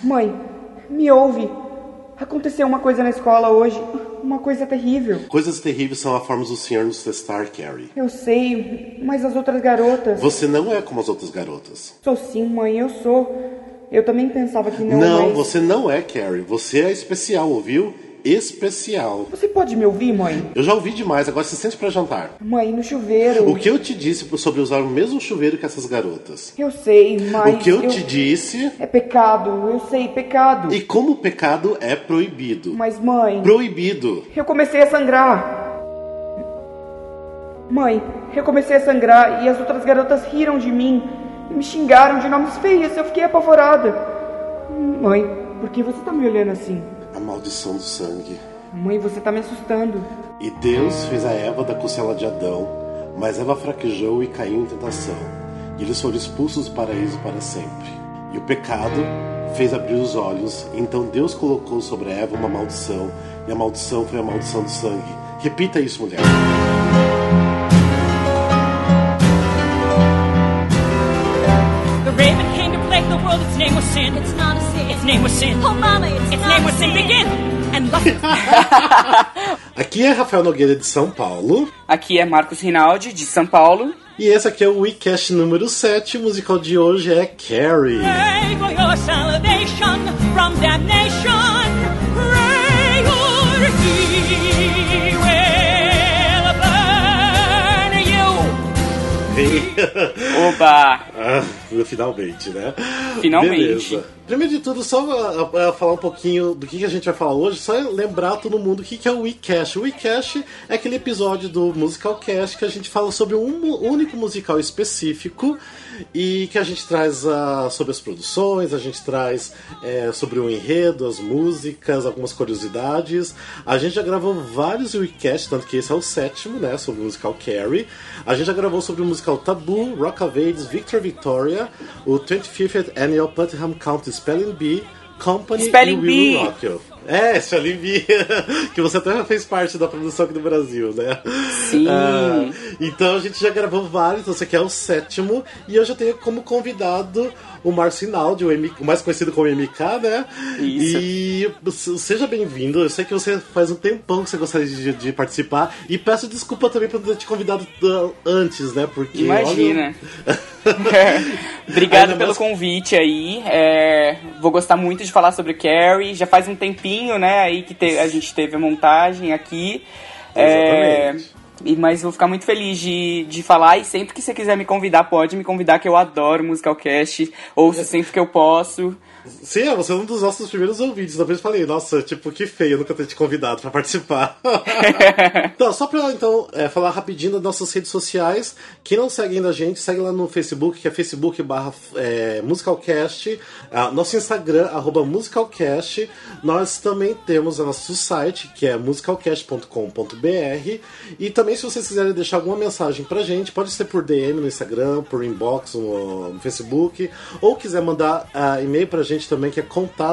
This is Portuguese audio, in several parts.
Mãe, me ouve. Aconteceu uma coisa na escola hoje. Uma coisa terrível. Coisas terríveis são a forma do Senhor nos testar, Carrie. Eu sei, mas as outras garotas... Você não é como as outras garotas. Sou sim, mãe, eu sou. Eu também pensava que não, Não, mas... você não é, Carrie. Você é especial, ouviu? Especial. Você pode me ouvir, mãe? Eu já ouvi demais, agora se sente pra jantar. Mãe, no chuveiro... O que eu te disse sobre usar o mesmo chuveiro que essas garotas? Eu sei, mas... O que eu te disse... É pecado, eu sei, pecado. E como o pecado é proibido. Mas, mãe... Proibido. Eu comecei a sangrar. Mãe, eu comecei a sangrar e as outras garotas riram de mim e me xingaram de nomes feios. Eu fiquei apavorada. Mãe, por que você tá me olhando assim? A maldição do sangue. Mãe, você tá me assustando. E Deus fez a Eva da costela de Adão, mas Eva fraquejou e caiu em tentação. E eles foram expulsos do paraíso para sempre. E o pecado fez abrir os olhos, então Deus colocou sobre a Eva uma maldição, e a maldição foi a maldição do sangue. Repita isso, mulher. The raven came to plague the world, its name was sin. It's not a sin. Its name was sin. Oh, mama, its name was sin. Begin! And Aqui é Rafael Nogueira de São Paulo. Aqui é Marcos Rinaldi, de São Paulo. E esse aqui é o WeCast número 7. O musical de hoje é Carrie. pray for your salvation from damnation. Pray or he will burn you. Oba! Finalmente, né? Finalmente. Beleza. Primeiro de tudo, só falar um pouquinho do que a gente vai falar hoje, só lembrar todo mundo o que é o WeCast. O WeCast é aquele episódio do Musicalcast que a gente fala sobre um único musical específico e que a gente traz sobre as produções, a gente traz sobre o enredo, as músicas, algumas curiosidades. A gente já gravou vários WeCasts, tanto que esse é o 7º, né, sobre o musical Carrie. A gente já gravou sobre o musical Taboo, Rock of Ages, Victor Victoria, o 25th Annual Putnam County Spelling Bee, Company Spelling e Bee. Will Rock You. Spelling Bee, que você até já fez parte da produção aqui do Brasil, né? Sim. Então a gente já gravou vários, esse aqui é o 7º, e eu já tenho como convidado o Márcio Rinaldi, o mais conhecido como MK, né? Isso. E seja bem-vindo, eu sei que você faz um tempão que você gostaria de participar, e peço desculpa também por não ter te convidado antes, né? Porque, Imagina. Olha... Obrigado pelo convite aí. Vou gostar muito de falar sobre Carrie. Já faz um tempinho, né, aí que a gente teve a montagem aqui. Exatamente. Mas vou ficar muito feliz de falar. E sempre que você quiser me convidar, pode me convidar, que eu adoro Musicalcast. Ouço sempre que eu posso. Sim, você é um dos nossos primeiros ouvintes. Depois eu falei, nossa, tipo, que feio eu nunca ter te convidado pra participar. Então, só pra falar rapidinho das nossas redes sociais. Quem não segue ainda a gente, segue lá no Facebook, que é facebook.com/musicalcast. Nosso Instagram, @musicalcast. Nós também temos o nosso site, que é musicalcast.com.br. E também, se vocês quiserem deixar alguma mensagem pra gente, pode ser por DM no Instagram, por inbox no Facebook, ou quiser mandar e-mail pra gente também, que é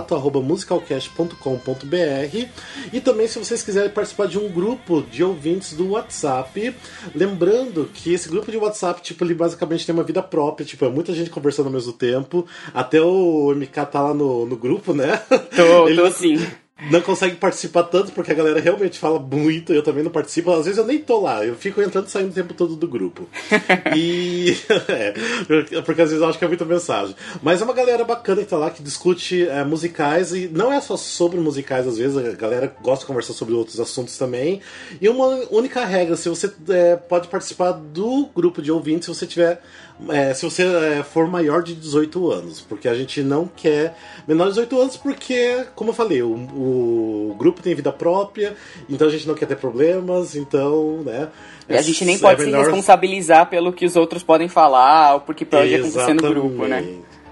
contato@musicalcast.com.br. E também, se vocês quiserem participar de um grupo de ouvintes do WhatsApp, lembrando que esse grupo de WhatsApp, tipo, ele basicamente tem uma vida própria, tipo, é muita gente conversando ao mesmo tempo, até o MK tá lá no grupo, né? Tô sim. Não consegue participar tanto porque a galera realmente fala muito, eu também não participo, às vezes eu nem tô lá, eu fico entrando e saindo o tempo todo do grupo. E porque às vezes eu acho que é muita mensagem. Mas é uma galera bacana que tá lá, que discute musicais, e não é só sobre musicais, às vezes a galera gosta de conversar sobre outros assuntos também. E uma única regra, se você pode participar do grupo de ouvintes se você tiver se você for maior de 18 anos, porque a gente não quer menor de 18 anos, porque, como eu falei, o grupo tem vida própria, então a gente não quer ter problemas, então, né? E a gente nem pode se responsabilizar pelo que os outros podem falar, ou porque pode acontecer no grupo, né?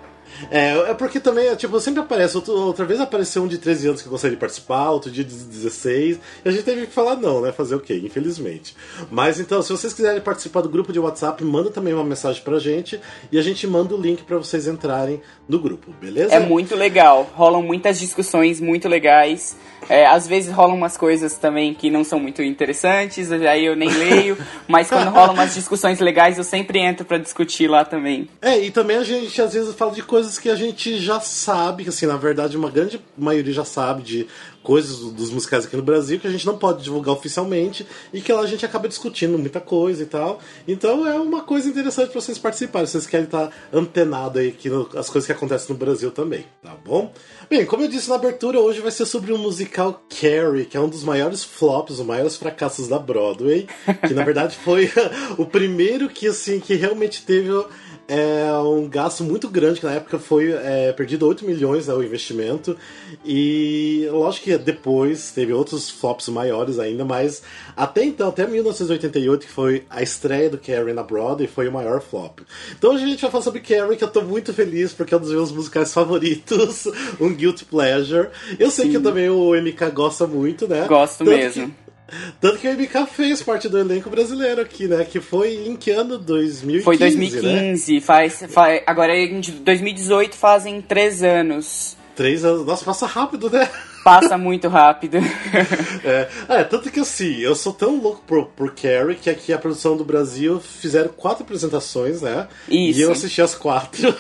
É porque também, tipo, sempre aparece, outra vez apareceu um de 13 anos que gostaria de participar, outro dia de 16, e a gente teve que falar não, né, fazer o quê, infelizmente. Mas então, se vocês quiserem participar do grupo de WhatsApp, manda também uma mensagem pra gente, e a gente manda o link pra vocês entrarem no grupo, beleza? É muito legal, rolam muitas discussões muito legais, Às vezes rolam umas coisas também que não são muito interessantes, aí eu nem leio, mas quando rolam umas discussões legais eu sempre entro pra discutir lá também. E também a gente às vezes fala de coisas que a gente já sabe, que assim, na verdade uma grande maioria já sabe de coisas dos musicais aqui no Brasil que a gente não pode divulgar oficialmente e que lá a gente acaba discutindo muita coisa e tal. Então é uma coisa interessante pra vocês participarem, se vocês querem estar antenado aí aqui as coisas que acontecem no Brasil também, tá bom? Bem, como eu disse na abertura, hoje vai ser sobre o musical Carrie, que é um dos maiores flops, os maiores fracassos da Broadway, que na verdade foi o primeiro que, assim, que realmente teve um gasto muito grande, que na época foi perdido 8 milhões, né, o investimento, e lógico que depois teve outros flops maiores ainda, mas até então, até 1988, que foi a estreia do Carrie na Broadway, foi o maior flop. Então hoje a gente vai falar sobre Carrie, que eu tô muito feliz, porque é um dos meus musicais favoritos, um guilty pleasure. Eu sei que também o MK gosta muito, né? Gosto mesmo. Tanto que o MK fez parte do elenco brasileiro aqui, né? Que foi em que ano? 2015, foi 2015, né? Agora em 2018 fazem 3 anos. 3 anos, nossa, passa rápido, né? Passa muito rápido. Tanto que assim, eu sou tão louco por Carrie que aqui a produção do Brasil fizeram 4 apresentações, né? Isso. E eu assisti as 4.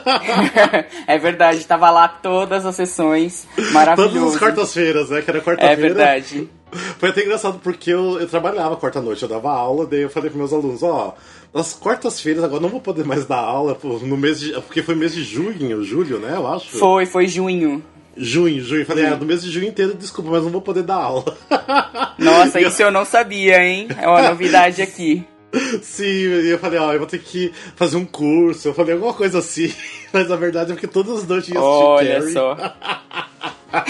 É verdade, tava lá todas as sessões, maravilhoso. Todas as quartas-feiras, né? Que era quarta-feira. É verdade. Foi até engraçado porque eu trabalhava quarta-noite, eu dava aula, daí eu falei pros meus alunos, nas quartas-feiras agora não vou poder mais dar aula, porque foi mês de julho, né, eu acho. Foi junho. Junho. Falei, no mês de junho inteiro, desculpa, mas não vou poder dar aula. Nossa, isso eu não sabia, hein? É uma novidade aqui. Sim, e eu falei, eu vou ter que fazer um curso, eu falei alguma coisa assim, mas na verdade é porque todas as noites eu ia assistir Carrie. Olha só.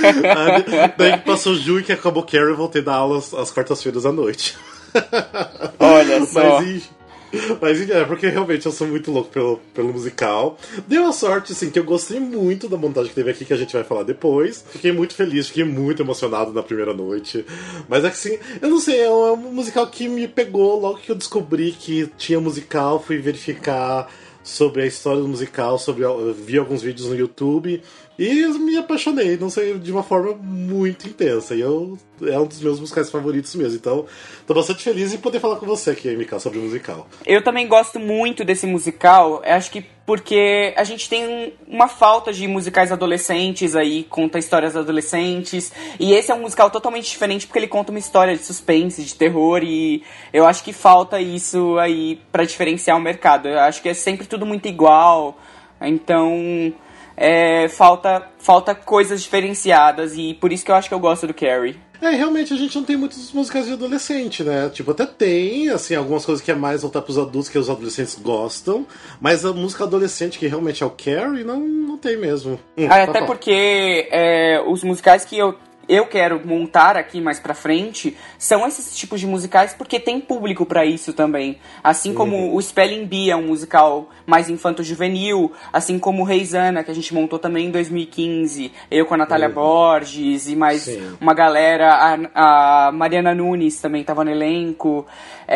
Daí passou junho que acabou Carrie, eu voltei a dar aula às quartas-feiras à noite. Olha só. Mas porque realmente eu sou muito louco pelo musical. Deu a sorte, assim, que eu gostei muito da montagem que teve aqui, que a gente vai falar depois. Fiquei muito feliz, fiquei muito emocionado na primeira noite. Mas é que, assim, eu não sei, é um musical que me pegou logo que eu descobri que tinha musical, fui verificar sobre a história do musical, vi alguns vídeos no YouTube e eu me apaixonei, não sei, de uma forma muito intensa. E é um dos meus musicais favoritos mesmo. Então, tô bastante feliz em poder falar com você aqui, MK, sobre o musical. Eu também gosto muito desse musical, acho que porque a gente tem uma falta de musicais adolescentes aí, conta histórias adolescentes, e esse é um musical totalmente diferente porque ele conta uma história de suspense, de terror, e eu acho que falta isso aí pra diferenciar o mercado. Eu acho que é sempre tudo muito igual, então falta coisas diferenciadas, e por isso que eu acho que eu gosto do Carrie. Realmente a gente não tem muitos musicais de adolescente, né? Tipo, até tem, assim, algumas coisas que é mais voltar pros adultos, que os adolescentes gostam, mas a música adolescente, que realmente é o Carrie, não tem mesmo. Até porque os musicais que eu quero montar aqui mais pra frente são esses tipos de musicais porque tem público pra isso também. Assim como o Spelling Bee é um musical mais infanto-juvenil, assim como o Reisana, que a gente montou também em 2015, eu com a Natália Borges e mais uma galera, a Mariana Nunes também tava no elenco,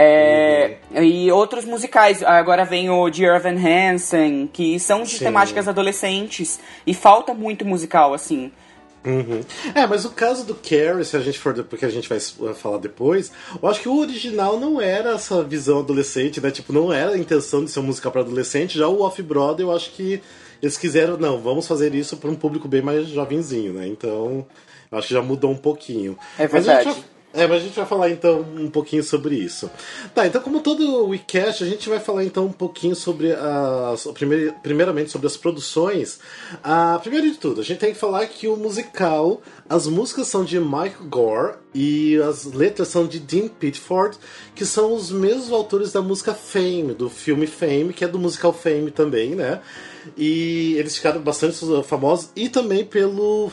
e outros musicais. Agora vem o Dear Evan Hansen, que são de temáticas adolescentes, e falta muito musical, assim. Mas o caso do Carrie, se a gente for, porque a gente vai falar depois, eu acho que o original não era essa visão adolescente, né? Tipo, não era a intenção de ser um musical para adolescente. Já o Off-Broadway, eu acho que eles quiseram, vamos fazer isso para um público bem mais jovenzinho, né? Então, eu acho que já mudou um pouquinho. É verdade. Mas a gente vai falar então um pouquinho sobre isso. Tá, então como todo WeCast, a gente vai falar então um pouquinho sobre primeiramente sobre as produções. Primeiro de tudo, a gente tem que falar que o musical, as músicas são de Michael Gore e as letras são de Dean Pitford, que são os mesmos autores da música Fame, do filme Fame, que é do musical Fame também, né? E eles ficaram bastante famosos, e também pelo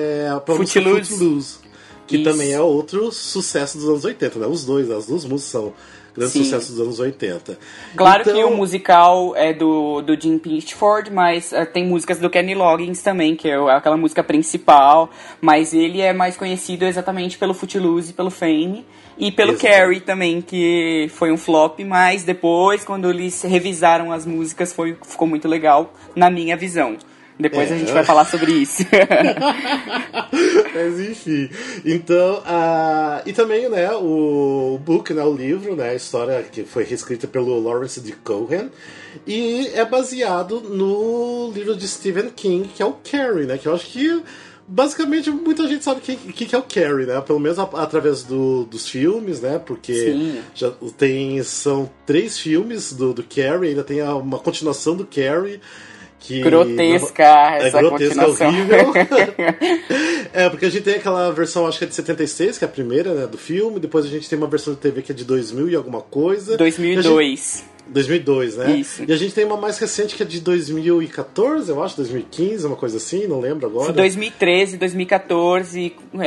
Footloose, que também é outro sucesso dos anos 80, né? As duas músicas são grandes sucessos dos anos 80. Claro que o musical é do Dean Pitchford, mas tem músicas do Kenny Loggins também, que é aquela música principal, mas ele é mais conhecido exatamente pelo Footloose e pelo Fame, e pelo Carrie também, que foi um flop, mas depois, quando eles revisaram as músicas, ficou muito legal, na minha visão. Depois a gente vai falar sobre isso. Mas enfim, então, e também, né, o book, né, o livro, né, a história que foi reescrita pelo Lawrence D. Cohen, e é baseado no livro de Stephen King, que é o Carrie, né, que eu acho que basicamente muita gente sabe o que é o Carrie, né, pelo menos através dos filmes, né, porque são 3 filmes do Carrie, ainda tem uma continuação do Carrie, que grotesca essa continuação. Horrível. Porque a gente tem aquela versão, acho que é de 76, que é a primeira, né, do filme. Depois a gente tem uma versão de TV que é de 2000 e alguma coisa. 2002. 2002, né? Isso. E a gente tem uma mais recente que é de 2014, eu acho, 2015, uma coisa assim, não lembro agora. 2013, 2014, com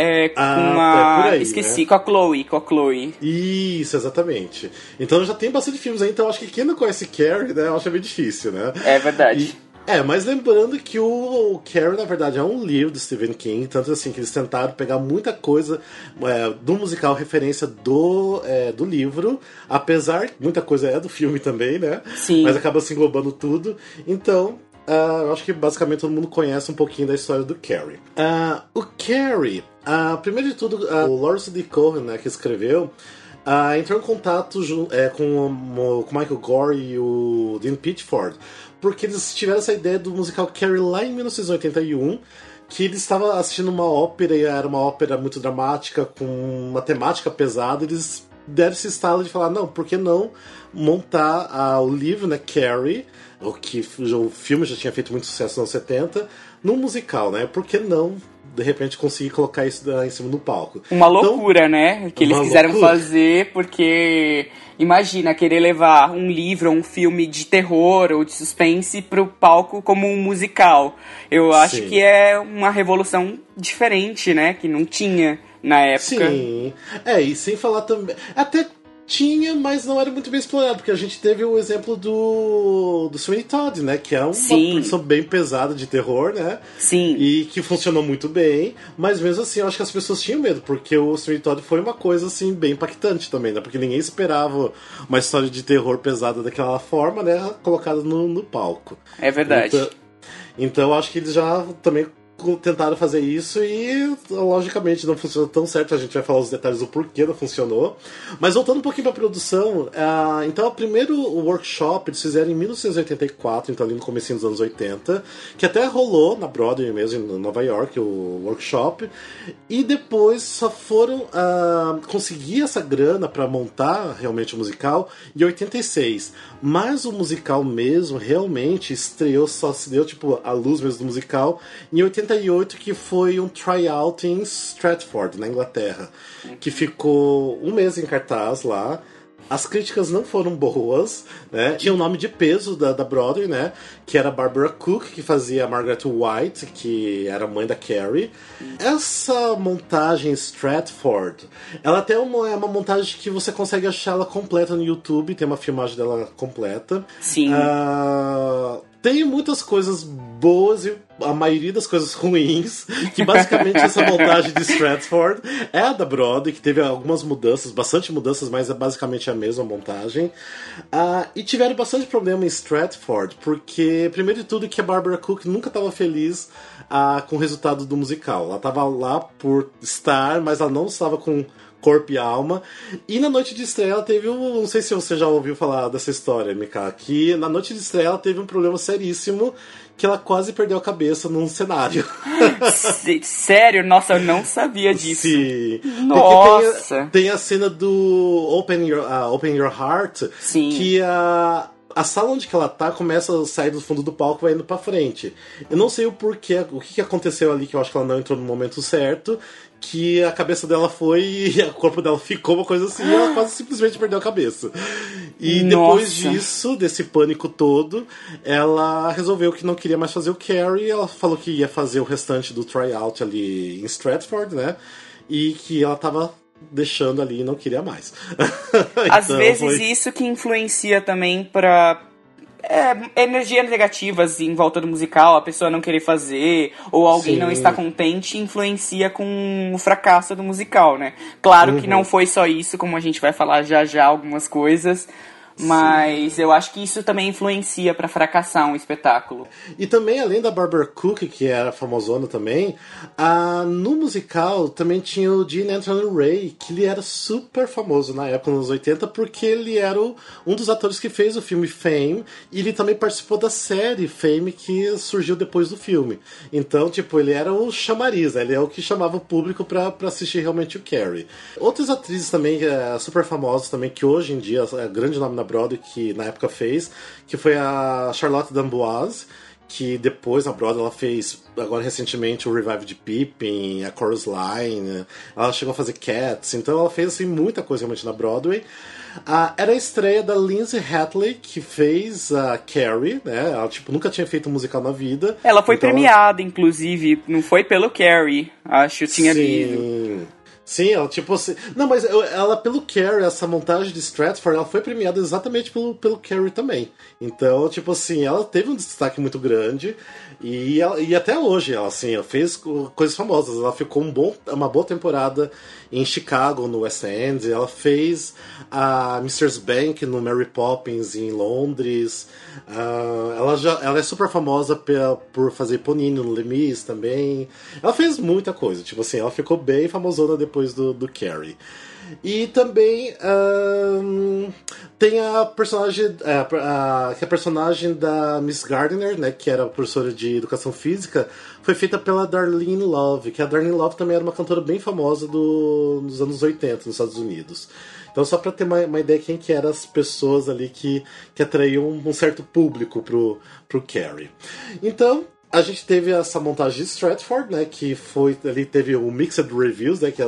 por aí, esqueci, né? com a Chloe. Isso, exatamente. Então já tem bastante filmes aí, então eu acho que quem não conhece Carrie, né, eu acho meio difícil, né? É verdade. Mas lembrando que o Carrie, na verdade, é um livro do Stephen King, tanto assim que eles tentaram pegar muita coisa do musical, referência do livro, apesar que muita coisa é do filme também, né? Sim. Mas acaba se englobando tudo. Então, eu acho que basicamente todo mundo conhece um pouquinho da história do Carrie. O Carrie, primeiro de tudo, o Lawrence D. Cohen, né, que escreveu, entrou em contato com o Michael Gore e o Dean Pitchford, porque eles tiveram essa ideia do musical Carrie lá em 1981, que eles estavam assistindo uma ópera, e era uma ópera muito dramática, com uma temática pesada. Eles deram esse estalo de falar, não, por que não montar o livro, né, Carrie, o filme já tinha feito muito sucesso nos anos 70, num musical, né? Por que não, de repente, conseguir colocar isso em cima do palco? Uma loucura, né? Que eles quiseram fazer, porque imagina, querer levar um livro ou um filme de terror ou de suspense pro palco como um musical. Eu acho que é uma revolução diferente, né? Que não tinha na época. Sim. E sem falar também... Até tinha, mas não era muito bem explorado, porque a gente teve o exemplo do Sweeney Todd, né? Que é uma produção bem pesada de terror, né? Sim. E que funcionou muito bem, mas mesmo assim eu acho que as pessoas tinham medo, porque o Sweeney Todd foi uma coisa, assim, bem impactante também, né? Porque ninguém esperava uma história de terror pesada daquela forma, né? Colocada no palco. É verdade. Então eu acho que eles já também tentaram fazer isso e logicamente não funcionou tão certo. A gente vai falar os detalhes do porquê não funcionou, mas voltando um pouquinho pra produção, então o primeiro workshop eles fizeram em 1984, então ali no comecinho dos anos 80, que até rolou na Broadway mesmo, em Nova York, o workshop, e depois só foram conseguir essa grana pra montar realmente o musical em 86, mas o musical mesmo realmente estreou, só se deu tipo a luz mesmo do musical em 88, que foi um tryout em Stratford, na Inglaterra, que ficou um mês em cartaz lá. As críticas não foram boas, né? Tinha um nome de peso da Broadway, né? Que era Barbara Cook, que fazia a Margaret White, que era a mãe da Carrie. Essa montagem Stratford, ela até é uma montagem que você consegue achar ela completa no YouTube, tem uma filmagem dela completa. Sim. Tem muitas coisas boas e a maioria das coisas ruins, que basicamente essa montagem de Stratford é a da Broadway, que teve algumas mudanças, bastante mudanças, mas é basicamente a mesma montagem. E tiveram bastante problema em Stratford, porque, primeiro de tudo, que a Barbara Cook nunca estava feliz com o resultado do musical. Ela estava lá por estar, mas ela não estava com corpo e alma. E na noite de estreia ela teve não sei se você já ouviu falar dessa história, Mika, que na noite de estreia ela teve um problema seríssimo, que ela quase perdeu a cabeça num cenário. Sério? Nossa, eu não sabia disso. Sim. Nossa. Tem a cena do Open Your Heart, sim, que a sala onde que ela tá começa a sair do fundo do palco e vai indo pra frente. Eu não sei o porquê, o que aconteceu ali, que eu acho que ela não entrou no momento certo, que a cabeça dela foi e o corpo dela ficou uma coisa assim, e ela quase simplesmente perdeu a cabeça. E depois disso, desse pânico todo, ela resolveu que não queria mais fazer o Carrie. Ela falou que ia fazer o restante do tryout ali em Stratford, né? E que ela tava deixando ali e não queria mais. Às vezes isso que influencia também pra energias negativas em volta do musical, a pessoa não querer fazer, ou alguém não estar contente, influencia com o fracasso do musical, né? Claro que não foi só isso, como a gente vai falar já algumas coisas, Mas eu acho que isso também influencia pra fracassar um espetáculo. E também, além da Barbara Cook, que era famosona também, no musical também tinha o Gene Anthony Ray, que ele era super famoso na época, nos anos 80, porque ele era um dos atores que fez o filme Fame, e ele também participou da série Fame, que surgiu depois do filme. Então, tipo, ele era o chamariz, né? Ele é o que chamava o público pra assistir realmente o Carrie. Outras atrizes também, super famosas também, que hoje em dia é grande nome na Broadway, que na época fez, que foi a Charlotte D'Amboise, que depois na Broadway ela fez, agora recentemente, o Revive de Pippin, a Chorus Line, ela chegou a fazer Cats, então ela fez assim, muita coisa realmente na Broadway. Era a estreia da Lindsay Hatley, que fez a Carrie, né? Ela tipo, nunca tinha feito um musical na vida. Ela foi premiada, inclusive, não foi pelo Carrie, acho, eu tinha lido. Sim, ela tipo assim... Não, mas ela pelo Carrie, essa montagem de Stratford, ela foi premiada exatamente pelo Carrie também. Então, tipo assim, ela teve um destaque muito grande e até hoje, ela fez coisas famosas. Ela ficou uma boa temporada em Chicago, no West End. Ela fez a Mrs. Bank no Mary Poppins em Londres. Ela é super famosa por fazer Ponini no Les Mis também. Ela fez muita coisa, tipo assim, ela ficou bem famosona depois do Carrie. E também tem a personagem que a personagem da Miss Gardner, né, que era professora de educação física, foi feita pela Darlene Love, que a Darlene Love também era uma cantora bem famosa dos anos 80 nos Estados Unidos. Então, só para ter uma ideia quem que eram as pessoas ali que atraíam um certo público pro Carrie. Então, a gente teve essa montagem de Stratford, né, que foi, ali teve o Mixed Reviews, né, que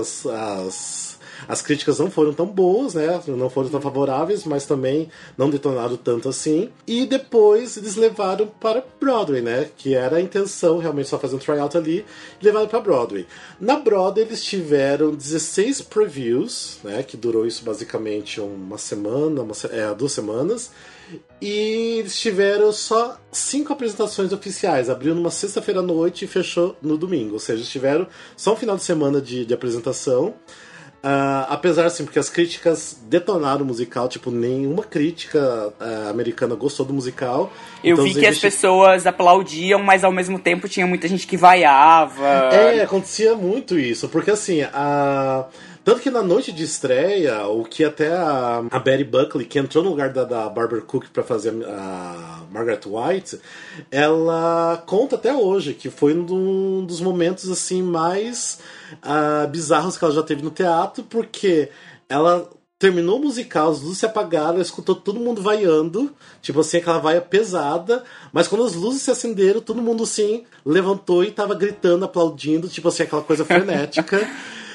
as críticas não foram tão boas, né, não foram tão favoráveis, mas também não detonaram tanto assim. E depois eles levaram para Broadway, né, que era a intenção, realmente só fazer um tryout ali, e levaram para Broadway. Na Broadway eles tiveram 16 previews, né, que durou isso basicamente uma semana, 2 semanas. E eles tiveram só 5 apresentações oficiais. Abriu numa sexta-feira à noite e fechou no domingo. Ou seja, eles tiveram só um final de semana de apresentação. Apesar, assim, porque as críticas detonaram o musical, tipo, nenhuma crítica americana gostou do musical. Eu então, vi que as pessoas aplaudiam, mas ao mesmo tempo tinha muita gente que vaiava. Acontecia muito isso, porque assim, tanto que na noite de estreia, o que até a Betty Buckley, que entrou no lugar da Barbara Cook pra fazer a Margaret White, ela conta até hoje que foi um dos momentos assim mais bizarros que ela já teve no teatro, porque ela terminou o musical, as luzes se apagaram, ela escutou todo mundo vaiando, tipo assim, aquela vaia pesada, mas quando as luzes se acenderam, todo mundo assim levantou e tava gritando, aplaudindo, tipo assim, aquela coisa frenética.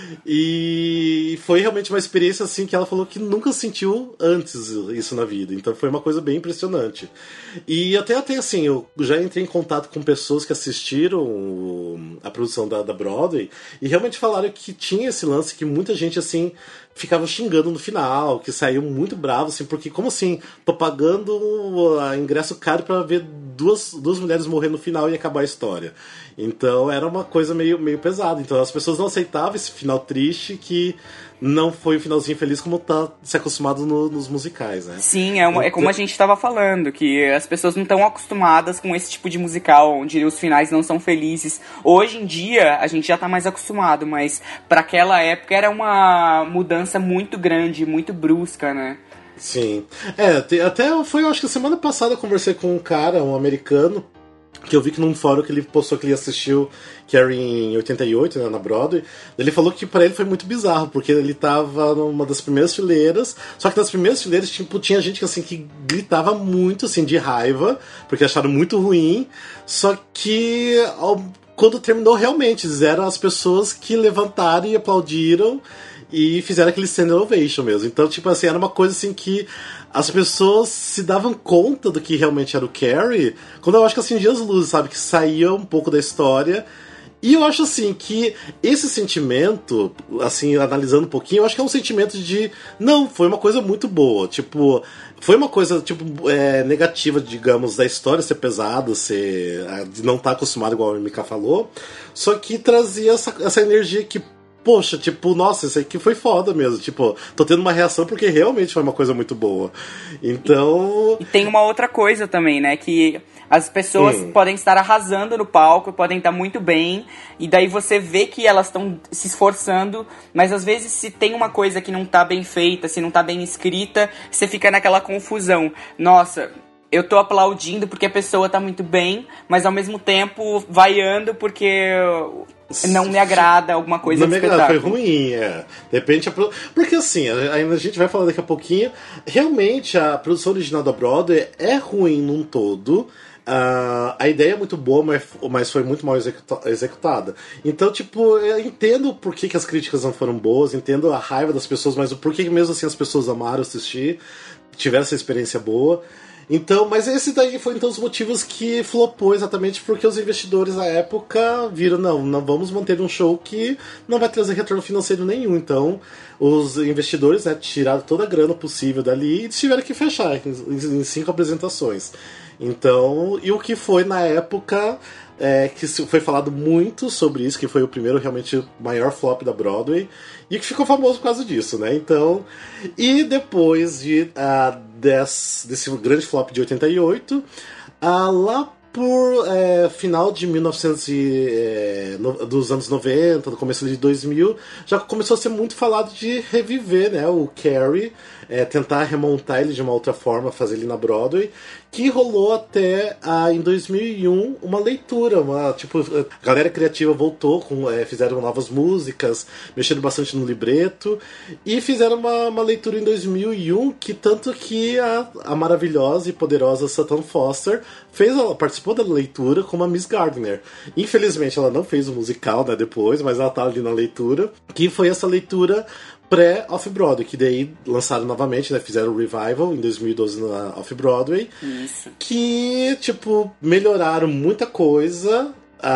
E foi realmente uma experiência assim que ela falou que nunca sentiu antes isso na vida. Então foi uma coisa bem impressionante. E até assim, eu já entrei em contato com pessoas que assistiram a produção da Broadway e realmente falaram que tinha esse lance que muita gente assim ficava xingando no final, que saiu muito bravo, assim, porque como assim, tô pagando ingresso caro pra ver duas mulheres morrer no final e acabar a história. Então era uma coisa meio pesada. Então as pessoas não aceitavam esse final triste, que não foi um finalzinho feliz como tá se acostumado nos musicais, né? Sim, é como a gente estava falando, que as pessoas não estão acostumadas com esse tipo de musical, onde os finais não são felizes. Hoje em dia, a gente já tá mais acostumado, mas para aquela época era uma mudança muito grande, muito brusca, né? Sim. Até foi, eu acho que semana passada eu conversei com um cara, um americano, que eu vi que num fórum que ele postou que ele assistiu Carrie em 88, né, na Broadway. Ele falou que pra ele foi muito bizarro, porque ele tava numa das primeiras fileiras, só que nas primeiras fileiras tipo, tinha gente que, assim, que gritava muito assim, de raiva, porque acharam muito ruim, só que quando terminou realmente, eram as pessoas que levantaram e aplaudiram e fizeram aquele standing ovation mesmo. Então, tipo assim, era uma coisa assim que as pessoas se davam conta do que realmente era o Carrie quando eu acho que acendia as luzes, sabe? Que saía um pouco da história. E eu acho assim que esse sentimento, assim, analisando um pouquinho, eu acho que é um sentimento de não, foi uma coisa muito boa. Tipo, foi uma coisa tipo negativa, digamos, da história ser pesada, de não estar acostumado, igual a Mika falou. Só que trazia essa energia que poxa, tipo, nossa, isso aqui foi foda mesmo. Tipo, tô tendo uma reação porque realmente foi uma coisa muito boa. Então... E tem uma outra coisa também, né? Que as pessoas podem estar arrasando no palco, podem estar muito bem, e daí você vê que elas estão se esforçando, mas às vezes se tem uma coisa que não tá bem feita, se não tá bem escrita, você fica naquela confusão. Nossa, eu tô aplaudindo porque a pessoa tá muito bem, mas ao mesmo tempo vaiando porque não me agrada alguma coisa do espetáculo. Foi ruim, De repente, porque assim, a gente vai falar daqui a pouquinho, realmente a produção original da Broadway é ruim num todo. A ideia é muito boa, mas foi muito mal executada. Então, tipo, eu entendo por que as críticas não foram boas, entendo a raiva das pessoas, mas o porquê mesmo assim as pessoas amaram assistir, tiveram essa experiência boa. Então, mas esse daí foi então os motivos que flopou, exatamente porque os investidores na época viram, não vamos manter um show que não vai trazer retorno financeiro nenhum. Então, os investidores, né, tiraram toda a grana possível dali e tiveram que fechar em 5 apresentações. Então, e o que foi na época, que foi falado muito sobre isso, que foi o primeiro realmente maior flop da Broadway, e que ficou famoso por causa disso, né? Então, e depois desse grande flop de 88, lá por final de 1900 dos anos 90, no começo de 2000, já começou a ser muito falado de reviver, né, o Carrie, tentar remontar ele de uma outra forma, fazer ele na Broadway, que rolou até em 2001 uma leitura, tipo, a galera criativa voltou, fizeram novas músicas, mexeram bastante no libreto, e fizeram uma leitura em 2001, que tanto que a maravilhosa e poderosa Sutton Foster participou da leitura como a Miss Gardner. Infelizmente ela não fez o musical, né, depois, mas ela tá ali na leitura, que foi essa leitura pré-Off-Broadway, que daí lançaram novamente, né, fizeram o revival em 2012 na Off-Broadway. Isso. Que, tipo, melhoraram muita coisa,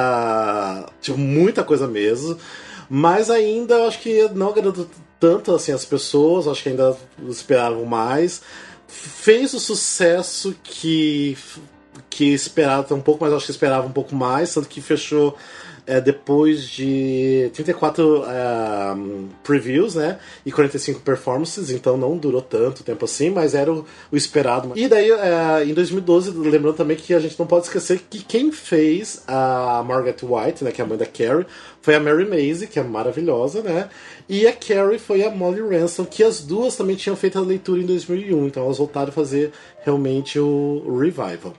tipo, muita coisa mesmo, mas ainda eu acho que não agradou tanto assim as pessoas, acho que ainda esperavam mais. Fez o sucesso que esperava um pouco, mas acho que esperava um pouco mais, tanto que fechou depois de 34 previews, né, e 45 performances, então não durou tanto tempo assim, mas era o esperado. E daí, em 2012, lembrando também que a gente não pode esquecer que quem fez a Margaret White, né, que é a mãe da Carrie, foi a Mary Maisie, que é maravilhosa, né, e a Carrie foi a Molly Ransom, que as duas também tinham feito a leitura em 2001, então elas voltaram a fazer realmente o revival.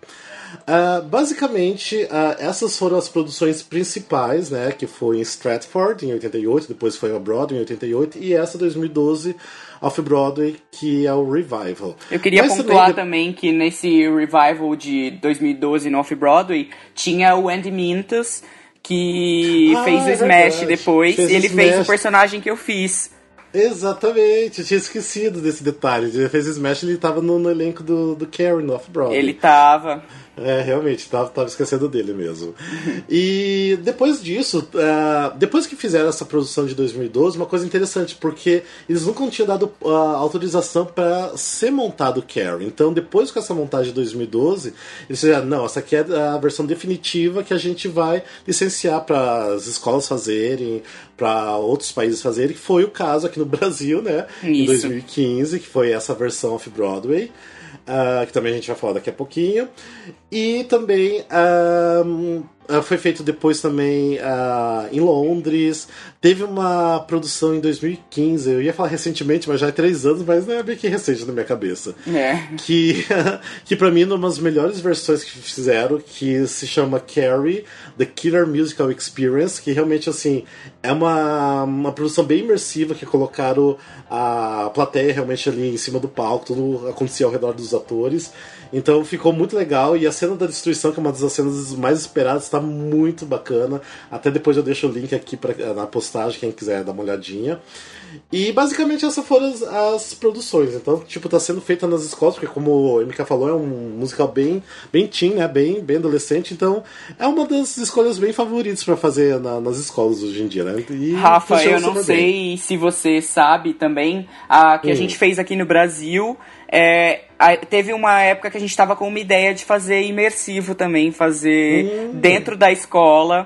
Basicamente, essas foram as produções principais, né, que foi em Stratford em 88, depois foi a Broadway em 88, e essa 2012 Off-Broadway, que é o Revival. Eu queria pontuar também que nesse Revival de 2012 no Off-Broadway tinha o Andy Mintus, que fez o Smash depois, e ele fez o personagem que eu fiz. Exatamente, eu tinha esquecido desse detalhe. Ele fez Smash, ele tava no elenco do Carrie no Off-Broadway. Ele tava. Realmente, tava esquecendo dele mesmo. E depois disso, depois que fizeram essa produção de 2012, uma coisa interessante, porque eles nunca tinham dado autorização para ser montado o Carrie. Então, depois com essa montagem de 2012, eles disseram, não, essa aqui é a versão definitiva que a gente vai licenciar para as escolas fazerem, para outros países fazerem, que foi o caso aqui no Brasil, né? Isso. Em 2015, que foi essa versão Off-Broadway. Que também a gente vai falar daqui a pouquinho. E também foi feito depois também em Londres. Teve uma produção em 2015. Eu ia falar recentemente, mas já é 3 anos, mas não é bem que recente na minha cabeça. Que pra mim é uma das melhores versões que fizeram, que se chama Carrie, The Killer Musical Experience, que realmente assim é uma produção bem imersiva, que colocaram a plateia realmente ali em cima do palco, tudo acontecia ao redor dos atores. Então ficou muito legal, e a cena da destruição, que é uma das cenas mais esperadas, está muito bacana. Até depois eu deixo o link aqui na postagem, quem quiser dar uma olhadinha. E basicamente essas foram as produções. Então, tipo, tá sendo feita nas escolas, porque como a MK falou, é um musical bem teen, né? Bem adolescente. Então, é uma das escolhas bem favoritas pra fazer nas escolas hoje em dia, né? E Rafa, eu não sei se você sabe também, que a gente fez aqui no Brasil. Teve uma época que a gente tava com uma ideia de fazer imersivo também, fazer dentro da escola,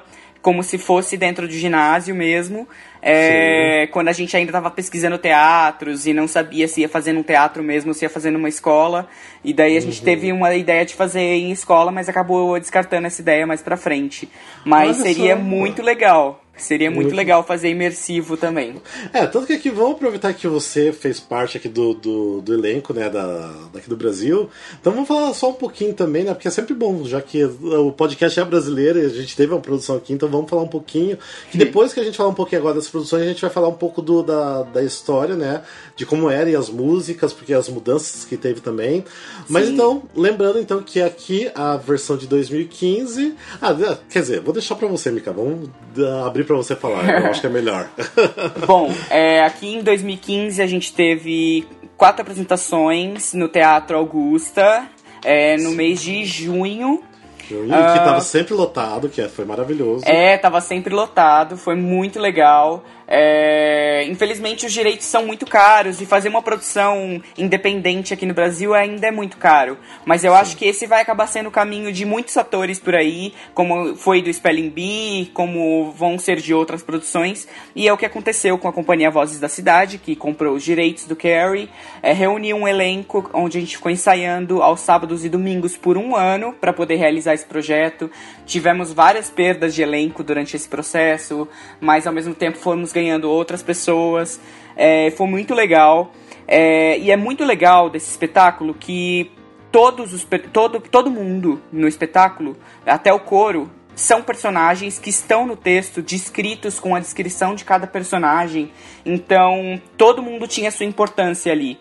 como se fosse dentro do ginásio mesmo, quando a gente ainda estava pesquisando teatros e não sabia se ia fazer num teatro mesmo ou se ia fazer numa escola. E daí a gente teve uma ideia de fazer em escola, mas acabou descartando essa ideia mais pra frente. Mas seria muito legal. Seria muito legal fazer imersivo também. Tanto que aqui vamos aproveitar que você fez parte aqui do elenco, né, daqui do Brasil. Então vamos falar só um pouquinho também, né, porque é sempre bom, já que o podcast é brasileiro e a gente teve uma produção aqui, então vamos falar um pouquinho. Que depois que a gente falar um pouquinho agora das produções, a gente vai falar um pouco da história, né, de como era e as músicas, porque as mudanças que teve também. Mas então, lembrando então que aqui a versão de 2015... quer dizer, vou deixar pra você, Mika, vamos abrir pra você falar, eu acho que é melhor. Bom, aqui em 2015 a gente teve 4 apresentações no Teatro Augusta, no mês de junho. Que tava sempre lotado, foi maravilhoso. Tava sempre lotado, foi muito legal. Infelizmente os direitos são muito caros e fazer uma produção independente aqui no Brasil ainda é muito caro, mas eu acho que esse vai acabar sendo o caminho de muitos atores por aí, como foi do Spelling Bee, como vão ser de outras produções, e é o que aconteceu com a Companhia Vozes da Cidade, que comprou os direitos do Carrie, reuniu um elenco onde a gente ficou ensaiando aos sábados e domingos por 1 ano para poder realizar esse projeto. Tivemos várias perdas de elenco durante esse processo, mas ao mesmo tempo fomos ganhando outras pessoas. Foi muito legal. E é muito legal desse espetáculo que todo mundo no espetáculo, até o coro, são personagens que estão no texto descritos com a descrição de cada personagem. Então todo mundo tinha sua importância ali.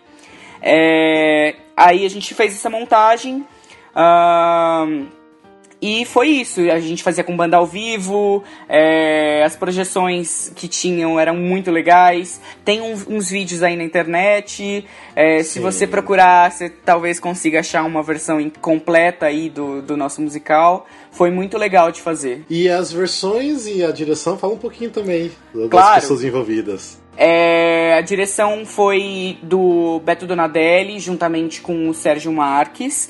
Aí a gente fez essa montagem. E foi isso, a gente fazia com banda ao vivo, as projeções que tinham eram muito legais, tem uns vídeos aí na internet, se você procurar, você talvez consiga achar uma versão completa aí do nosso musical, foi muito legal de fazer. E as versões e a direção, fala um pouquinho também das pessoas envolvidas. A direção foi do Beto Donadelli, juntamente com o Sérgio Marques.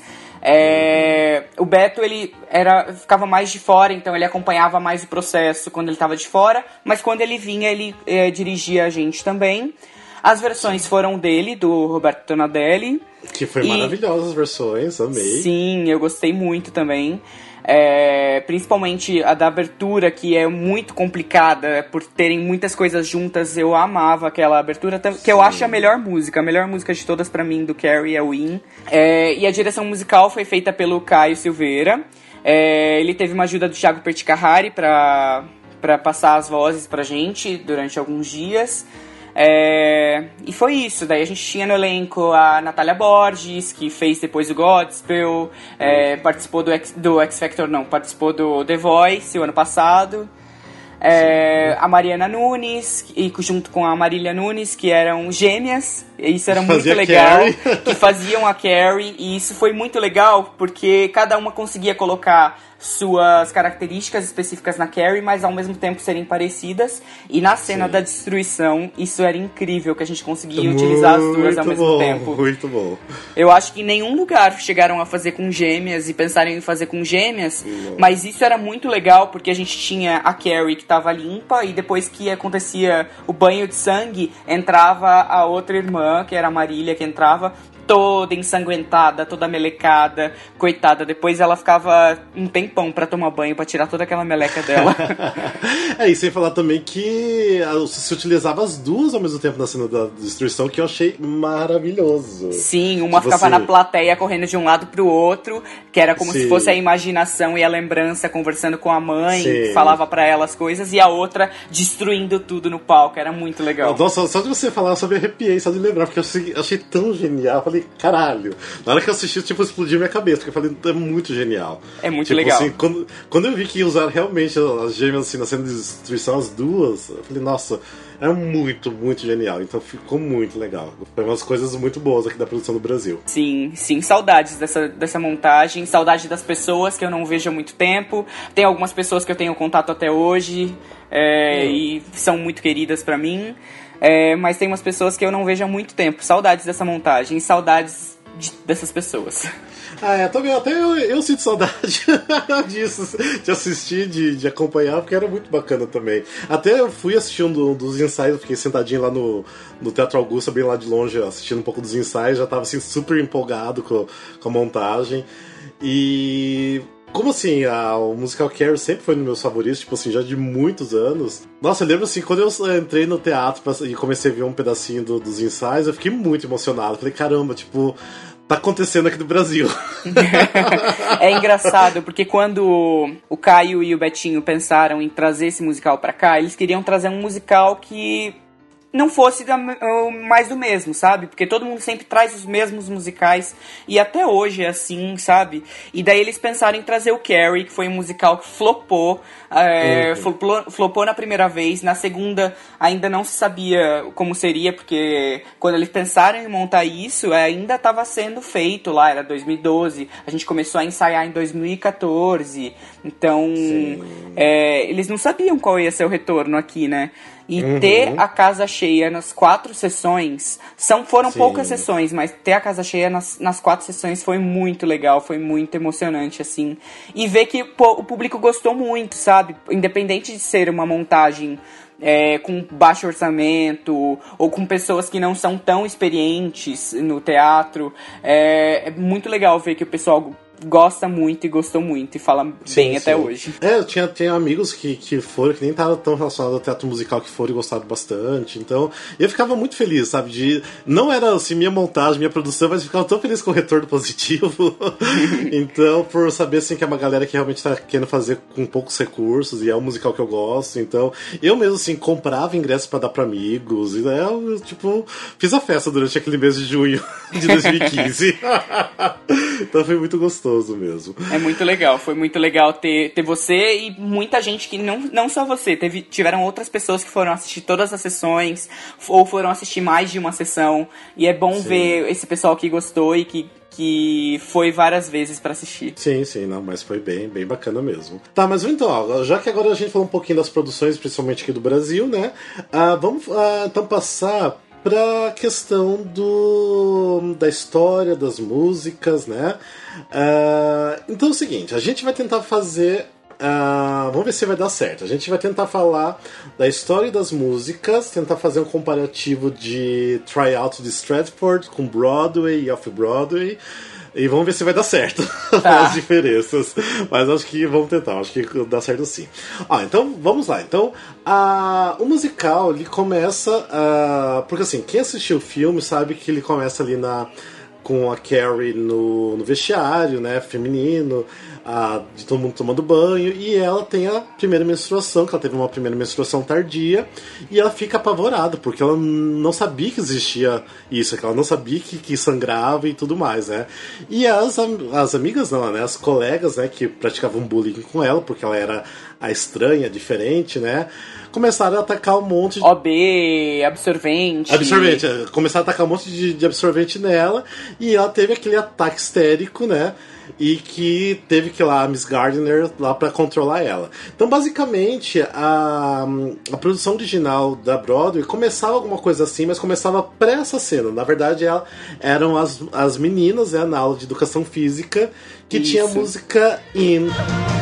O Beto, ele ficava mais de fora, então ele acompanhava mais o processo quando ele estava de fora, mas quando ele vinha, ele dirigia a gente também. As versões foram dele, do Roberto Donadelli. Que foi maravilhosas as versões, amei. Sim, eu gostei muito também. Principalmente a da abertura, que é muito complicada por terem muitas coisas juntas. Eu amava aquela abertura, que eu acho a melhor música de todas pra mim do Carrie é o In. E a direção musical foi feita pelo Caio Silveira. Ele teve uma ajuda do Thiago Perticarrari pra passar as vozes pra gente durante alguns dias. E foi isso. Daí a gente tinha no elenco a Natália Borges, que fez depois o Godspell, participou do X Factor, participou do The Voice o ano passado. A Mariana Nunes, e junto com a Marília Nunes, que eram gêmeas, e isso era muito legal, que faziam a Carrie, e isso foi muito legal, porque cada uma conseguia colocar suas características específicas na Carrie, mas ao mesmo tempo serem parecidas, e na cena da destruição, isso era incrível, que a gente conseguia utilizar as duas ao mesmo tempo. Muito bom. Eu acho que em nenhum lugar chegaram a fazer com gêmeas e pensaram em fazer com gêmeas, mas isso era muito legal, porque a gente tinha a Carrie que estava limpa, e depois que acontecia o banho de sangue, entrava a outra irmã, que era a Marília, que entrava toda ensanguentada, toda melecada, coitada. Depois ela ficava um tempão pra tomar banho, pra tirar toda aquela meleca dela. E sem falar também que se utilizava as duas ao mesmo tempo na cena da destruição, que eu achei maravilhoso. Sim, uma ficava na plateia correndo de um lado pro outro, que era como se fosse a imaginação e a lembrança conversando com a mãe, que falava pra ela as coisas, e a outra destruindo tudo no palco. Era muito legal. Nossa, só de você falar, eu só me arrepiei, só de lembrar, porque eu achei tão genial. Eu falei, caralho. Na hora que eu assisti, explodiu minha cabeça, porque eu falei, é muito genial. É muito legal. Assim, quando eu vi que usaram realmente as gêmeas assim, na cena de destruição, as duas, eu falei, nossa, é muito, muito genial. Então ficou muito legal. Foi umas coisas muito boas aqui da produção do Brasil. Sim, saudades dessa montagem, saudade das pessoas que eu não vejo há muito tempo. Tem algumas pessoas que eu tenho contato até hoje, e são muito queridas pra mim. Mas tem umas pessoas que eu não vejo há muito tempo. Saudades dessa montagem, saudades dessas pessoas. Também até eu sinto saudade disso, de assistir, de acompanhar, porque era muito bacana também. Até eu fui assistir um dos ensaios, eu fiquei sentadinho lá no Teatro Augusta, bem lá de longe, assistindo um pouco dos ensaios, já tava assim super empolgado com a montagem. E como assim, o musical Carrie sempre foi um dos meus favoritos, tipo assim, já de muitos anos. Nossa, eu lembro assim, quando eu entrei no teatro e comecei a ver um pedacinho dos ensaios, eu fiquei muito emocionado. Falei, caramba, tipo, tá acontecendo aqui no Brasil. É engraçado, porque quando o Caio e o Betinho pensaram em trazer esse musical pra cá, eles queriam trazer um musical que não fosse mais do mesmo, sabe? Porque todo mundo sempre traz os mesmos musicais, e até hoje é assim, sabe? E daí eles pensaram em trazer o Carrie, que foi um musical que flopou, flopou na primeira vez, na segunda ainda não se sabia como seria, porque quando eles pensaram em montar isso, ainda estava sendo feito lá, era 2012, a gente começou a ensaiar em 2014, então eles não sabiam qual ia ser o retorno aqui, né? E ter a casa cheia nas 4 sessões, foram poucas sessões, mas ter a casa cheia nas 4 sessões foi muito legal, foi muito emocionante, assim. E ver que o público gostou muito, sabe? Independente de ser uma montagem com baixo orçamento, ou com pessoas que não são tão experientes no teatro, é muito legal ver que o pessoal gosta muito e gostou muito e fala bem até hoje. Eu tinha amigos que foram, que nem estavam tão relacionados ao teatro musical, que foram e gostaram bastante. Então, eu ficava muito feliz, sabe? Não era assim minha montagem, minha produção, mas eu ficava tão feliz com o retorno positivo. Então, por saber assim que é uma galera que realmente tá querendo fazer com poucos recursos, e é um musical que eu gosto. Então, eu mesmo assim comprava ingressos pra dar pra amigos. E eu, tipo, fiz a festa durante aquele mês de junho de 2015. Então foi muito gostoso mesmo. É muito legal, foi muito legal ter você e muita gente que não só você, tiveram outras pessoas que foram assistir todas as sessões ou foram assistir mais de uma sessão, e é bom ver esse pessoal que gostou e que foi várias vezes pra assistir. Sim, não, mas foi bem bacana mesmo. Tá, mas então, já que agora a gente falou um pouquinho das produções, principalmente aqui do Brasil, né, vamos então passar pra questão da história, das músicas, né? Então é o seguinte, a gente vai tentar fazer... vamos ver se vai dar certo. A gente vai tentar falar da história das músicas, tentar fazer um comparativo de tryout de Stratford com Broadway e Off-Broadway. E vamos ver se vai dar certo as diferenças. Mas acho que vamos tentar, acho que dá certo sim. Então vamos lá. Então, o musical ele começa. Porque assim, quem assistiu o filme sabe que ele começa ali com a Carrie no vestiário, né, feminino, de todo mundo tomando banho, e ela tem a primeira menstruação, que ela teve uma primeira menstruação tardia, e ela fica apavorada, porque ela não sabia que existia isso, que ela não sabia que sangrava e tudo mais, né. E as amigas não, né, as colegas, né, que praticavam bullying com ela, porque ela era a estranha, diferente, né, começaram a atacar um monte de... OB, absorvente, começaram a atacar um monte de absorvente nela, e ela teve aquele ataque histérico, né, e que teve que ir lá a Miss Gardner lá pra controlar ela. Então, basicamente, a produção original da Broadway começava alguma coisa assim, mas começava pré essa cena. Na verdade, eram as meninas, né, na aula de educação física, que tinha a música In.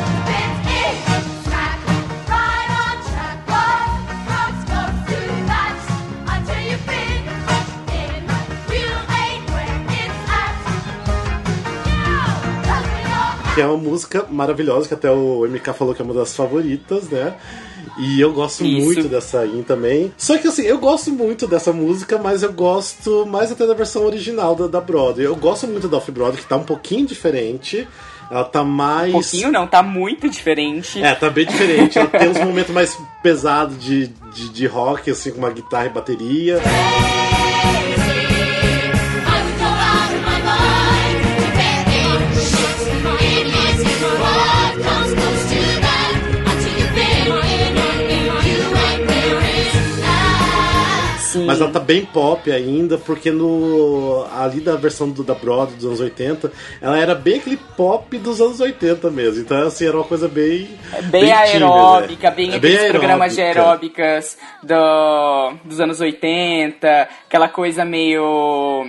Que é uma música maravilhosa, que até o MK falou que é uma das favoritas, né? E eu gosto muito dessa In também. Só que assim, eu gosto muito dessa música, mas eu gosto mais até da versão original da Broadway. Eu gosto muito da Off-Broadway, que tá um pouquinho diferente. Ela tá mais... Um pouquinho não, tá muito diferente. Tá bem diferente. Ela tem uns momentos mais pesados de rock, assim, com uma guitarra e bateria. Mas ela tá bem pop ainda, porque ali da versão da Broadway dos anos 80, ela era bem aquele pop dos anos 80 mesmo. Então, assim, era uma coisa bem aeróbica, bem aqueles bem programas de aeróbicas dos anos 80, aquela coisa meio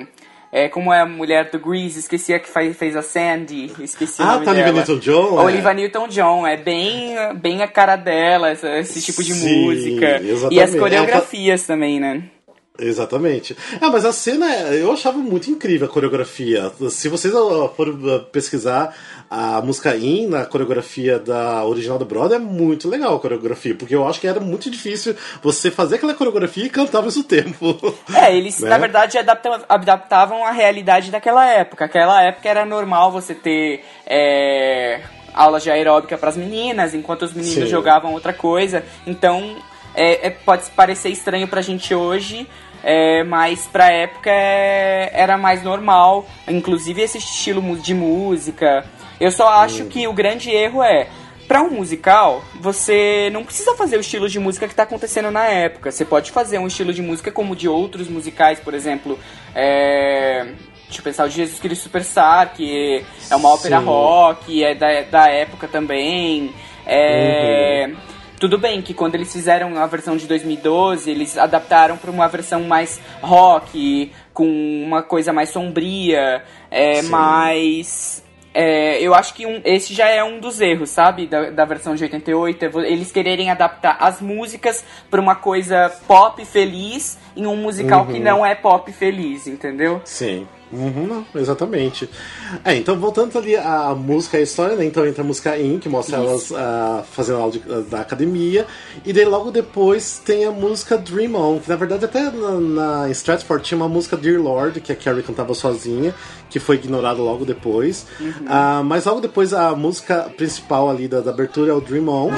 como é a mulher do Grease, esqueci a que fez a Sandy, esqueci o nome tá, dela. Olivia Newton-John. Olivia Newton-John, é bem a cara dela, esse tipo de Sim, música. exatamente. E as coreografias também, né? Exatamente. Mas a cena, eu achava muito incrível a coreografia. Se vocês forem pesquisar a música In na coreografia da original da Broadway, é muito legal a coreografia, porque eu acho que era muito difícil você fazer aquela coreografia e cantar ao mesmo tempo. Eles, né? Na verdade, adaptavam a realidade daquela época. Aquela época era normal você ter aulas de aeróbica para as meninas, enquanto os meninos Sim. jogavam outra coisa. Então, pode parecer estranho pra gente hoje, mas pra época era mais normal. Inclusive esse estilo de música. Eu só acho que o grande erro pra um musical, você não precisa fazer o estilo de música que tá acontecendo na época. Você pode fazer um estilo de música como de outros musicais, por exemplo, deixa eu pensar, o de Jesus Cristo Superstar, que é uma ópera rock, é da época também. Tudo bem que quando eles fizeram a versão de 2012, eles adaptaram para uma versão mais rock, com uma coisa mais sombria, mas eu acho que esse já é um dos erros, sabe, da versão de 88, eles quererem adaptar as músicas para uma coisa pop feliz em um musical que não é pop feliz, entendeu? Sim. Não, exatamente. Então voltando ali a música e a história, né? Então entra a música In, que mostra elas fazendo aula da academia, e daí logo depois tem a música Dream On, que na verdade até na Stratford tinha uma música Dear Lord, que a Carrie cantava sozinha, que foi ignorada logo depois. Mas logo depois a música principal ali da abertura é o Dream On.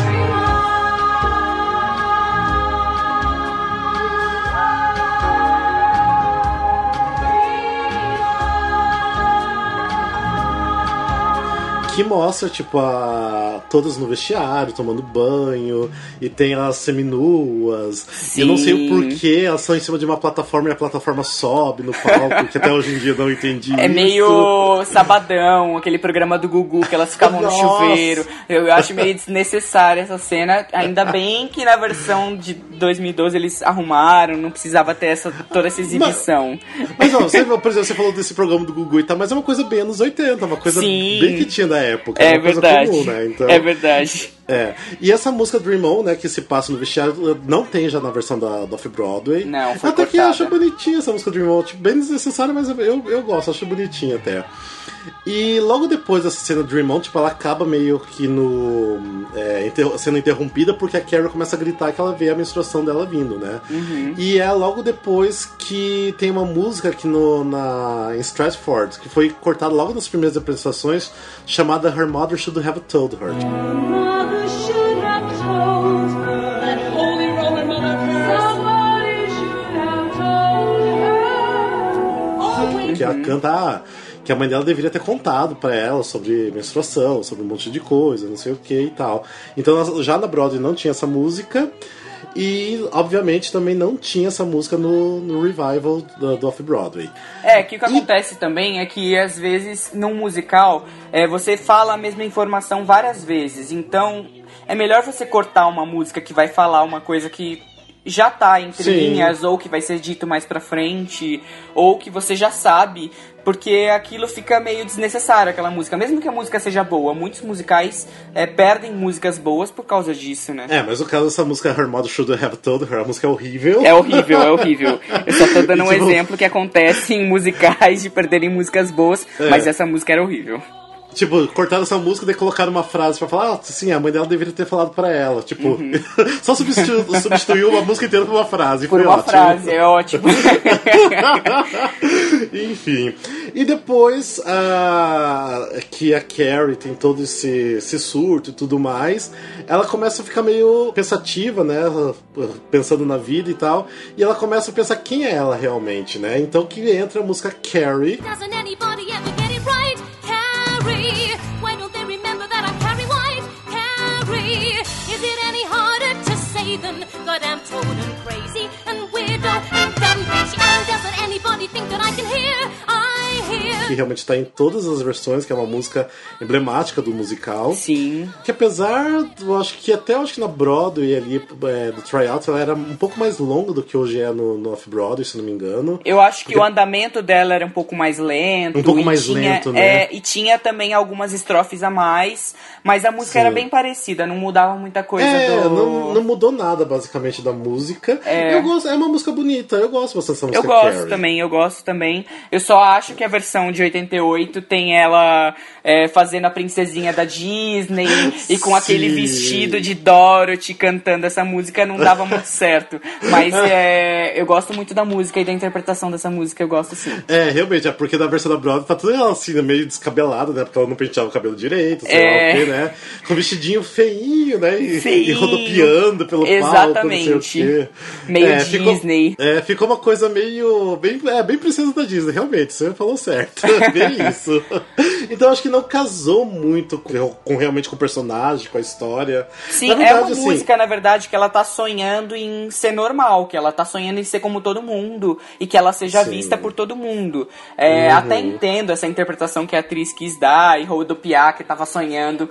Que mostra, tipo, todas no vestiário, tomando banho, e tem elas seminuas. E eu não sei o porquê, elas estão em cima de uma plataforma e a plataforma sobe no palco, que até hoje em dia eu não entendi isso. Meio Sabadão, aquele programa do Gugu, que elas ficavam no chuveiro. Eu acho meio desnecessária essa cena. Ainda bem que na versão de 2012 eles arrumaram, não precisava ter toda essa exibição. Mas ó, você, por exemplo, você falou desse programa do Gugu e tal, mas é uma coisa bem anos 80, uma coisa bem que tinha da época. É uma verdade. Coisa comum, né? Então, é verdade. E essa música Dream On, né, que se passa no vestiário, não tem já na versão da Off-Broadway. Não, foi até cortada. que eu acho bonitinha essa música Dream On, tipo, bem desnecessária, mas eu gosto, acho bonitinha até. E logo depois dessa cena Dream On, tipo, ela acaba meio que sendo interrompida porque a Carrie começa a gritar que ela vê a menstruação dela vindo, né? E é logo depois que tem uma música aqui em Stratford, que foi cortada logo nas primeiras apresentações, chamada Her Mother Should Have Told Her. Que ela canta que a mãe dela deveria ter contado pra ela sobre menstruação, sobre um monte de coisa, não sei o que e tal. Então já na Broadway não tinha essa música e obviamente também não tinha essa música no revival do Off-Broadway. Que o que acontece também é que às vezes num musical você fala a mesma informação várias vezes, então é melhor você cortar uma música que vai falar uma coisa que já tá entre linhas, ou que vai ser dito mais pra frente, ou que você já sabe, porque aquilo fica meio desnecessário, aquela música. Mesmo que a música seja boa, muitos musicais perdem músicas boas por causa disso, né? Mas no caso dessa música Her Mother Should Have Told Her, a música é horrível. É horrível. Eu só tô dando um exemplo que acontece em musicais de perderem músicas boas, mas essa música era horrível. Tipo, cortaram essa música e daí colocaram uma frase pra falar, sim, a mãe dela deveria ter falado pra ela. Tipo, só substituiu uma música inteira por uma frase. Por uma frase, é ótimo. Enfim. E depois que a Carrie tem todo esse surto e tudo mais, ela começa a ficar meio pensativa, né? Pensando na vida e tal. E ela começa a pensar quem é ela realmente, né? Então que entra a música Carrie. Doesn't anybody ever get it right? Carrie, why don't they remember that I'm Carrie White? Carrie, is it any harder to say than goddamn toad and crazy and weirdo and dumb bitchy? And doesn't anybody think that I can hear? I hear que realmente tá em todas as versões, que é uma música emblemática do musical. Sim. Que apesar, eu acho que na Broadway ali, do tryout, ela era um pouco mais longa do que hoje é no Off-Broadway, se não me engano. Eu acho que o andamento dela era um pouco mais lento. Um pouco mais lento, né? E tinha também algumas estrofes a mais, mas a música era bem parecida, não mudava muita coisa não mudou nada, basicamente, da música. Eu gosto, é uma música bonita, eu gosto bastante dessa música. Eu gosto também. Eu só acho que a versão de 88 tem ela fazendo a princesinha da Disney e com aquele vestido de Dorothy cantando essa música, não dava muito certo. Mas eu gosto muito da música e da interpretação dessa música, eu gosto sim. Realmente, porque na versão da Broadway tá tudo ela assim, meio descabelada, né? Porque ela não penteava o cabelo direito, sei lá o quê, né? Com um vestidinho feinho, né? E rodopiando pelo palco, não sei o quê. Meio Disney. Ficou uma coisa meio... bem princesa da Disney, realmente, você falou certo. Bem isso. Então acho que não casou muito realmente com o personagem, com a história. Sim, verdade, é uma música, na verdade, que ela tá sonhando em ser normal, que ela tá sonhando em ser como todo mundo e que ela seja vista por todo mundo. Até entendo essa interpretação que a atriz quis dar e rodopiar, que tava sonhando,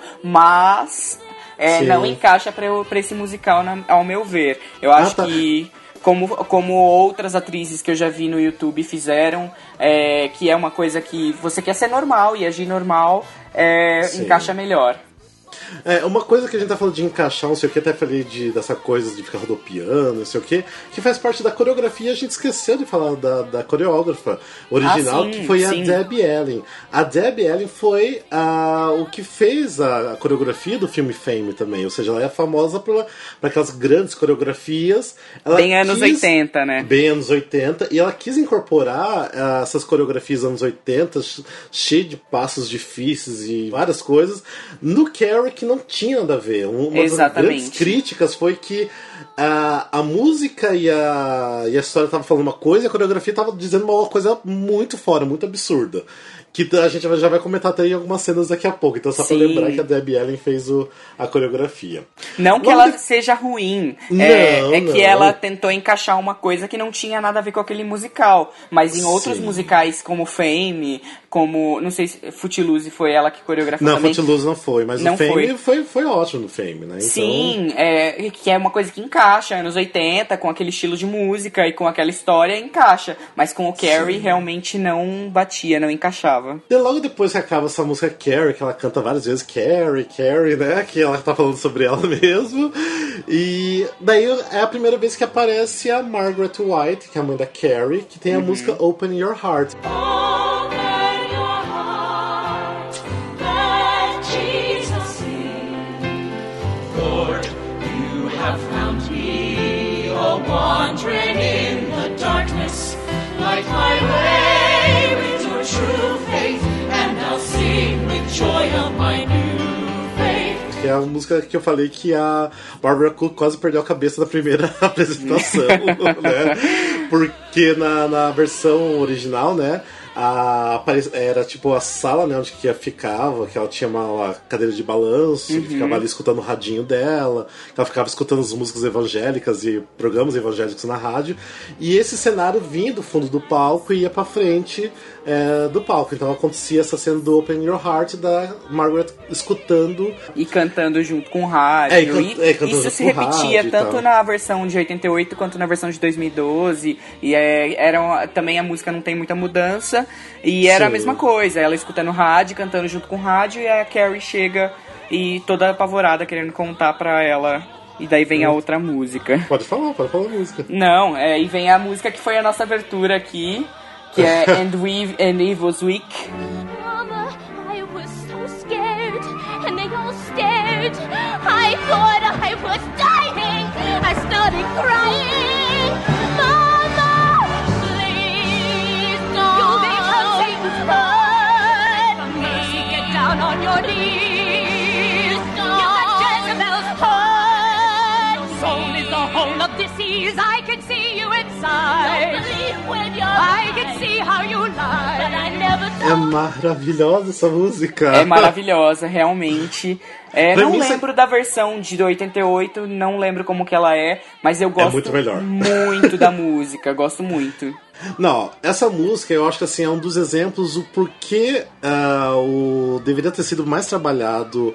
mas não encaixa pra esse musical, ao meu ver. Eu acho que... Como outras atrizes que eu já vi no YouTube fizeram, que é uma coisa que você quer ser normal e agir normal, encaixa melhor. Uma coisa que a gente tá falando de encaixar, não sei o que, até falei dessa coisa de ficar rodopiando, não sei o que faz parte da coreografia. A gente esqueceu de falar da coreógrafa original, que foi a Debbie Allen. A Debbie Allen foi o que fez a coreografia do filme Fame também, ou seja, ela é famosa por aquelas grandes coreografias. Bem anos 80, né? Bem anos 80, e ela quis incorporar essas coreografias dos anos 80, cheio de passos difíceis e várias coisas, no Carrie, que não tinha nada a ver. Uma das grandes críticas foi que a música e a história estavam falando uma coisa e a coreografia estava dizendo uma coisa muito fora, muito absurda. Que a gente já vai comentar até em algumas cenas daqui a pouco. Então só pra lembrar que a Debbie Allen fez a coreografia. Não que ela seja ruim. Que ela tentou encaixar uma coisa que não tinha nada a ver com aquele musical. Mas em outros musicais como Fame, como... Não sei se Footloose foi ela que coreografou também. Não, Footloose não foi. Mas o Fame foi ótimo no Fame, né? Então... Sim, que é uma coisa que encaixa. Anos 80, com aquele estilo de música e com aquela história, encaixa. Mas com o Carrie realmente não batia, não encaixava. E logo depois que acaba essa música Carrie, que ela canta várias vezes Carrie, né? Que ela tá falando sobre ela mesmo. E daí é a primeira vez que aparece a Margaret White, que é a mãe da Carrie, que tem a música Open Your Heart. Open your heart, let Jesus in. Lord, you have found me, oh, wandering in the darkness, light my way with your true faith, and I'll sing with joy of my new faith. Que é a música que eu falei que a Barbara Cook quase perdeu a cabeça na primeira apresentação, né? Porque na versão original, né? Era tipo a sala, né, onde que ela ficava, que ela tinha uma cadeira de balanço, que ficava ali escutando o radinho dela, que ela ficava escutando as músicas evangélicas e programas evangélicos na rádio, e esse cenário vinha do fundo do palco e ia pra frente do palco. Então acontecia essa cena do Open Your Heart, da Margaret escutando e cantando junto com o rádio. Isso se repetia tanto na versão de 88 quanto na versão de 2012, e também a música não tem muita mudança. E era a mesma coisa, ela escutando rádio, cantando junto com o rádio, e a Carrie chega e toda apavorada querendo contar pra ela. E daí vem a outra música. Pode falar a música. Não, e vem a música que foi a nossa abertura aqui, que é And Eve Was Weak. Mama, I was so scared, and they all stared. I thought I was dying. I started crying. Mama, please don't. You'll become Satan's blood. For mercy, get down on your knees. You got Jezebel's heart. Soul is the whole of disease. I can see you inside. Don't believe with your eyes. I can see how you lie. But I never É maravilhosa essa música. É maravilhosa, realmente. Não lembro é... da versão de 88, não lembro como que ela é, mas eu gosto muito melhor. Muito da música, gosto muito. Não, essa música eu acho que assim, é um dos exemplos do porquê deveria ter sido mais trabalhado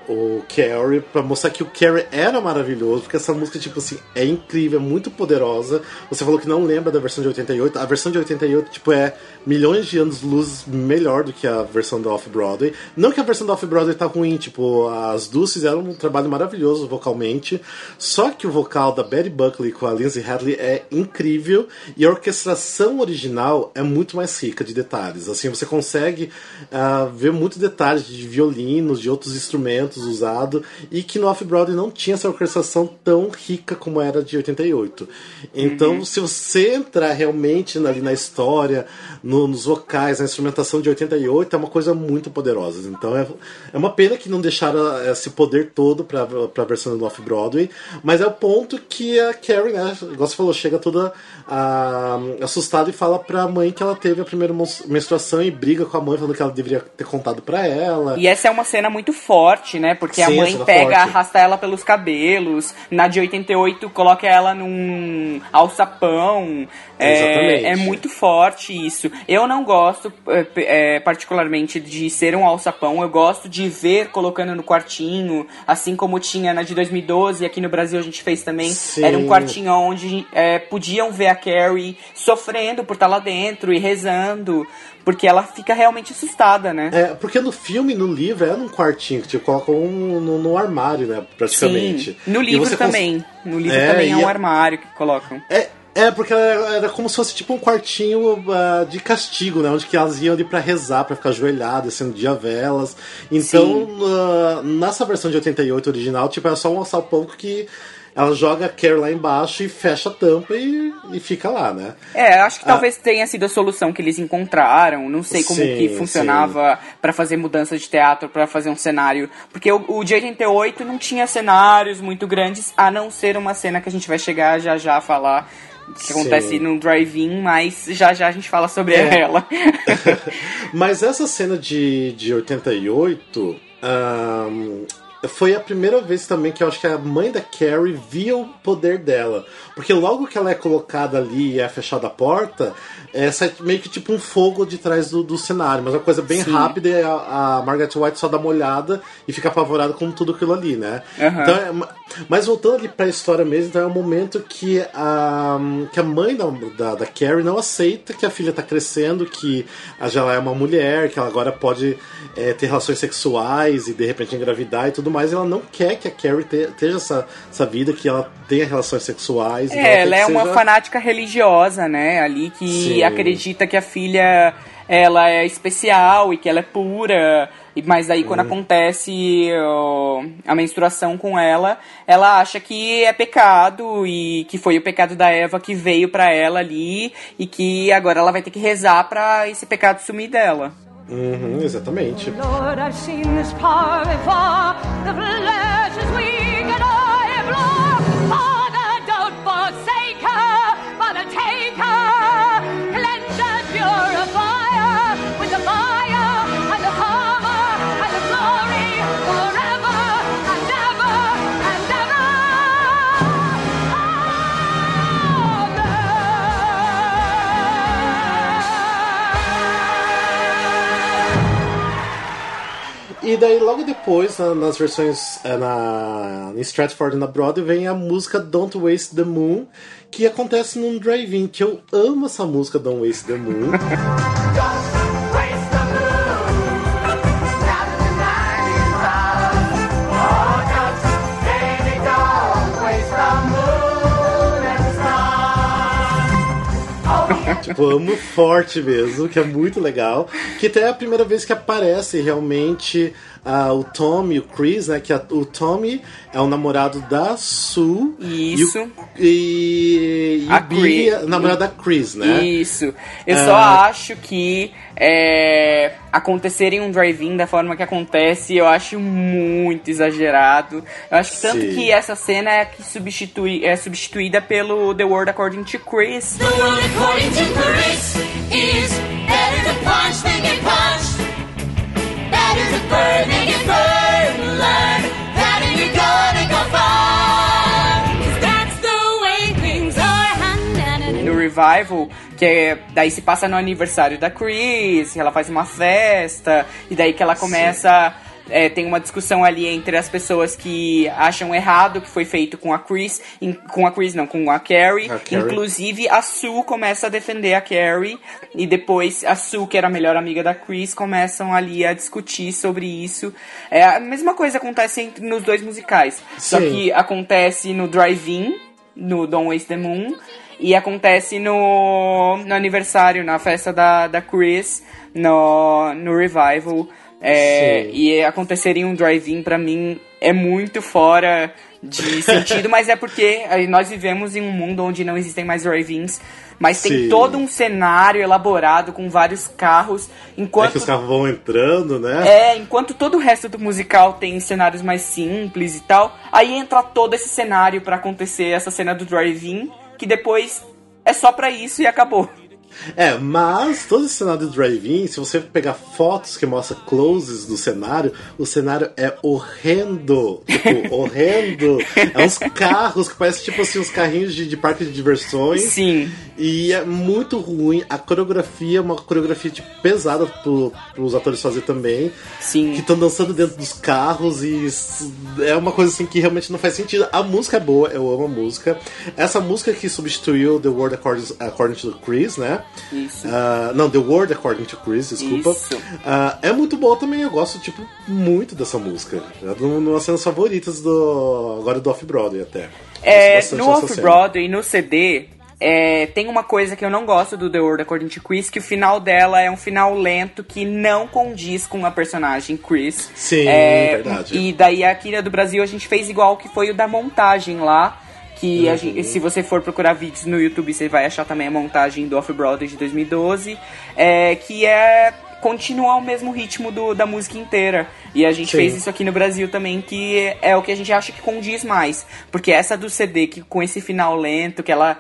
o Carrie, pra mostrar que o Carrie era maravilhoso, porque essa música, tipo assim, é incrível, é muito poderosa. Você falou que não lembra da versão de 88. A versão de 88, tipo, é milhões de anos-luz melhor do que a versão da Off-Broadway. Não que a versão da Off-Broadway tá ruim, tipo, as duas fizeram um trabalho maravilhoso vocalmente, só que o vocal da Betty Buckley com a Lindsay Hadley é incrível, e a orquestração original é muito mais rica de detalhes. Assim, você consegue ver muitos detalhes de violinos, de outros instrumentos usado, e que no Off-Broadway não tinha essa orquestração tão rica como era de 88. Então, se você entrar realmente ali na história, nos vocais, na instrumentação de 88, é uma coisa muito poderosa. Então, é uma pena que não deixaram esse poder todo pra versão do Off-Broadway, mas é o ponto que a Carrie, né, igual você falou, chega toda assustada e fala pra mãe que ela teve a primeira menstruação e briga com a mãe, falando que ela deveria ter contado pra ela. E essa é uma cena muito forte, né? Porque Sim, a mãe pega, arrasta ela pelos cabelos. Na de 88, coloca ela num alçapão. É muito forte isso. Eu não gosto particularmente de ser um alçapão. Eu gosto de ver colocando no quartinho, assim como tinha na de 2012, aqui no Brasil a gente fez também. Sim. Era um quartinho onde podiam ver a Carrie sofrendo por estar lá dentro e rezando, porque ela fica realmente assustada, né? Porque no filme, no livro, é num quartinho que te colocam no armário, né, praticamente. Sim, no livro também. No livro também é um armário que colocam. Porque era como se fosse tipo um quartinho de castigo, né? Onde que elas iam ali pra rezar, pra ficar ajoelhadas, acendia velas. Então, nessa versão de 88 original, tipo, era só um alçapão que ela joga a Carrie lá embaixo e fecha a tampa e fica lá, né? Acho que talvez tenha sido a solução que eles encontraram. Não sei como que funcionava pra fazer mudança de teatro, pra fazer um cenário. Porque o de 88 não tinha cenários muito grandes, a não ser uma cena que a gente vai chegar já a falar, que acontece no drive-in, mas já a gente fala sobre ela. Mas essa cena de 88... foi a primeira vez também que eu acho que a mãe da Carrie via o poder dela. Porque logo que ela é colocada ali e é fechada a porta, sai meio que tipo um fogo de trás do cenário. Mas é uma coisa bem rápida, e a Margaret White só dá uma olhada e fica apavorada com tudo aquilo ali, né? Então, mas voltando ali pra história mesmo, então é um momento que a mãe da Carrie não aceita que a filha tá crescendo, que ela é uma mulher, que ela agora pode ter relações sexuais e de repente engravidar e tudo mais. Ela não quer que a Carrie esteja essa vida, que ela tenha relações sexuais. Ela é uma fanática religiosa, né? Ali que acredita que a filha ela é especial e que ela é pura. Mas aí quando acontece a menstruação com ela acha que é pecado e que foi o pecado da Eva que veio pra ela ali e que agora ela vai ter que rezar pra esse pecado sumir dela. Exatamente. Lord, I've seen this power before. The pleasures we can all implore. Father, don't forsake her, Mother, take her. Cleanse and purify her with the fire and the power and the glory forever and ever and ever. E daí logo depois, nas versões em Stratford e na Broadway, vem a música Don't Waste the Moon, que acontece num drive-in, que eu amo essa música Don't Waste the Moon. Tipo, amo forte mesmo, que é muito legal. Que até é a primeira vez que aparece realmente o Tommy e o Chris, né? Que o Tommy é o namorado da Sue. Isso. E o Billy é o namorado da Chris, né? Isso. Eu só acho que acontecerem um drive-in da forma que acontece, eu acho muito exagerado. Eu acho que tanto que essa cena é substituída pelo The World According to Chris. The world according to Chris is better to punch than get punched. burn, make it burn. Learn that and you're gonna go far. 'Cause that's the way things are. No Revival, que daí se passa no aniversário da Chris, ela faz uma festa, e daí que ela começa... tem uma discussão ali entre as pessoas que acham errado o que foi feito com a Chris, com a Carrie. Inclusive a Sue começa a defender a Carrie, e depois a Sue, que era a melhor amiga da Chris, começam ali a discutir sobre isso. A mesma coisa acontece nos dois musicais, só que acontece no Drive-In, no Don't Waste the Moon, e acontece no aniversário, na festa da Chris, no Revival. E acontecer em um drive-in, pra mim, é muito fora de sentido, mas é porque nós vivemos em um mundo onde não existem mais drive-ins, mas tem todo um cenário elaborado com vários carros, enquanto... que os carros vão entrando, né? Enquanto todo o resto do musical tem cenários mais simples e tal, aí entra todo esse cenário pra acontecer essa cena do drive-in, que depois é só pra isso e acabou. Mas todo esse cenário do drive-in, se você pegar fotos que mostram closes do cenário, o cenário é horrendo. Tipo, horrendo. É uns carros que parecem tipo assim, uns carrinhos de parque de diversões. Sim. E é muito ruim. A coreografia é uma coreografia tipo, pesada pros atores fazer também. Sim. Que estão dançando dentro dos carros e é uma coisa assim que realmente não faz sentido. A música é boa, eu amo a música. Essa música que substituiu The World According to Chris, né? Isso. Não, The World According to Chris, desculpa. Isso. É muito boa também, eu gosto, tipo, muito dessa música. É uma das cenas favoritas agora do Off-Broadway até. No Off-Broadway, no CD, tem uma coisa que eu não gosto do The World According to Chris, que o final dela é um final lento que não condiz com a personagem Chris. Sim, verdade. E daí aqui do Brasil a gente fez igual que foi o da montagem lá, que se você for procurar vídeos no YouTube, você vai achar também a montagem do Off-Broadway de 2012, que continua o mesmo ritmo da música inteira. E a gente fez isso aqui no Brasil também, que é o que a gente acha que condiz mais. Porque essa do CD, que com esse final lento, que ela...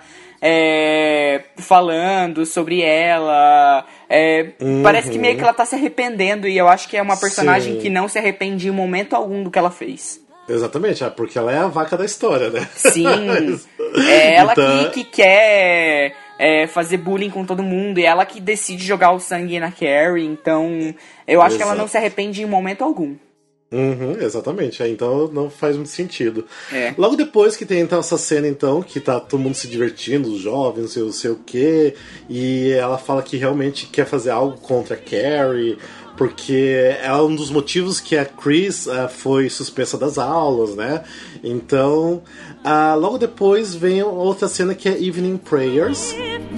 falando sobre ela, parece que meio que ela tá se arrependendo, e eu acho que é uma personagem que não se arrepende em momento algum do que ela fez. Exatamente, porque ela é a vaca da história, né? Sim, é ela que quer fazer bullying com todo mundo, e ela que decide jogar o sangue na Carrie, então eu acho que ela não se arrepende em momento algum. Exatamente, então não faz muito sentido. Logo depois que tem então essa cena então, que tá todo mundo se divertindo, os jovens, não sei o que, e ela fala que realmente quer fazer algo contra a Carrie, porque é um dos motivos que a Chris foi suspensa das aulas, né? Então, logo depois vem outra cena que é Evening Prayers.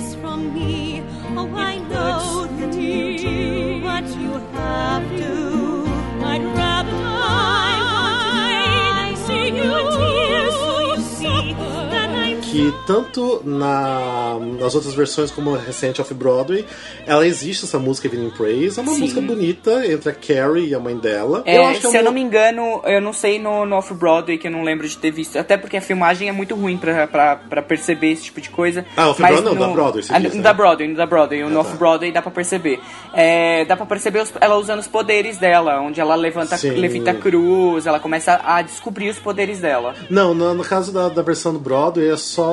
Que tanto nas outras versões como a recente Off-Broadway, ela existe, essa música Evening Praise. É uma música bonita entre a Carrie e a mãe dela. Eu não me engano, eu não sei no Off-Broadway, que eu não lembro de ter visto. Até porque a filmagem é muito ruim pra perceber esse tipo de coisa. Off-Broadway não, da Broadway, você diz, né? Da Broadway. No Off-Broadway dá pra perceber. Dá pra perceber ela usando os poderes dela, onde ela levita a cruz, ela começa a descobrir os poderes dela. Não, no caso da versão do Broadway é só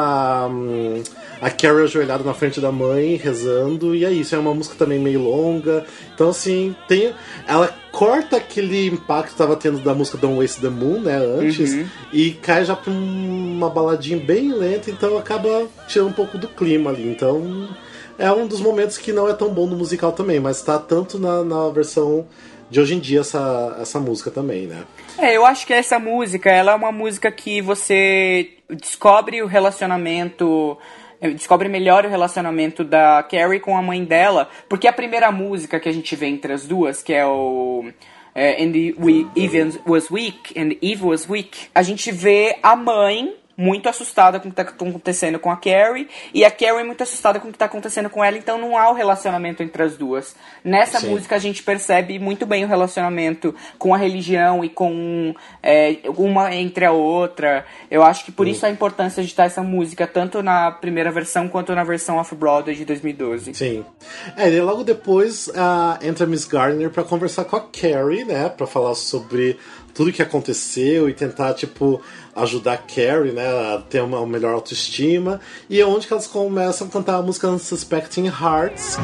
a Carrie ajoelhada na frente da mãe, rezando, e é isso. É uma música também meio longa. Então, assim, ela corta aquele impacto que estava tendo da música Don't Waste the Moon, né, antes, e cai já pra uma baladinha bem lenta, então acaba tirando um pouco do clima ali. Então, é um dos momentos que não é tão bom no musical também, mas tá tanto na versão de hoje em dia essa música também, né? Eu acho que essa música, ela é uma música que você descobre melhor o relacionamento da Carrie com a mãe dela, porque a primeira música que a gente vê entre as duas, que é o Eve Was Weak, a gente vê a mãe muito assustada com o que tá acontecendo com a Carrie, e a Carrie muito assustada com o que tá acontecendo com ela, então não há o relacionamento entre as duas. Nessa música a gente percebe muito bem o relacionamento com a religião e com uma entre a outra. Eu acho que por isso a importância de estar essa música, tanto na primeira versão quanto na versão Off-Broadway de 2012. Sim. E logo depois entra a Miss Gardner pra conversar com a Carrie, né, pra falar sobre tudo que aconteceu e tentar, tipo, ajudar a Carrie, né, a ter uma melhor autoestima. E é onde que elas começam a cantar a música Unsuspecting Hearts.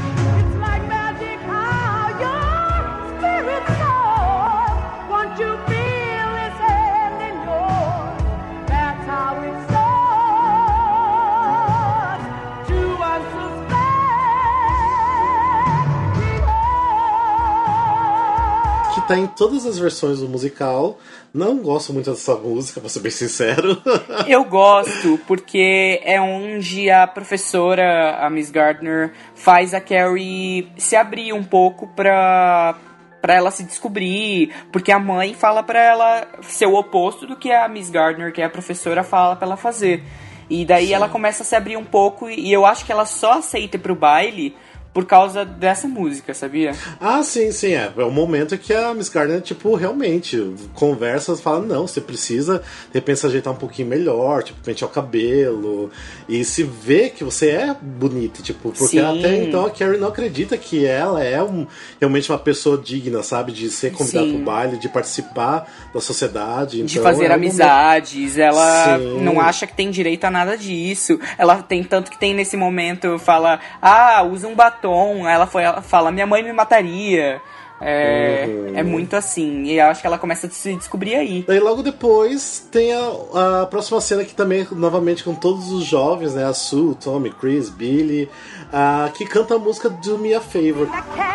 Tá em todas as versões do musical. Não gosto muito dessa música, pra ser bem sincero. Eu gosto, porque é onde a professora, a Miss Gardner, faz a Carrie se abrir um pouco pra ela se descobrir, porque a mãe fala pra ela ser o oposto do que a Miss Gardner, que é a professora, fala pra ela fazer. E daí ela começa a se abrir um pouco, e eu acho que ela só aceita ir pro baile por causa dessa música, sabia? Sim. É o momento que a Miss Gardner, tipo, realmente conversa, fala, não, você precisa, de repente, se ajeitar um pouquinho melhor, tipo, pentear o cabelo, e se vê que você é bonita, tipo, porque até então a Carrie não acredita que ela é realmente uma pessoa digna, sabe, de ser convidada pro baile, de participar da sociedade. De fazer amizades, ela não acha que tem direito a nada disso. Ela tem, tanto que tem nesse momento, fala, usa um batom. Ela fala, minha mãe me mataria. É muito assim. E acho que ela começa a se descobrir aí. Daí logo depois tem a próxima cena que também, novamente, com todos os jovens, né? A Sue, Tommy, Chris, Billy, que canta a música Do Me a Favor.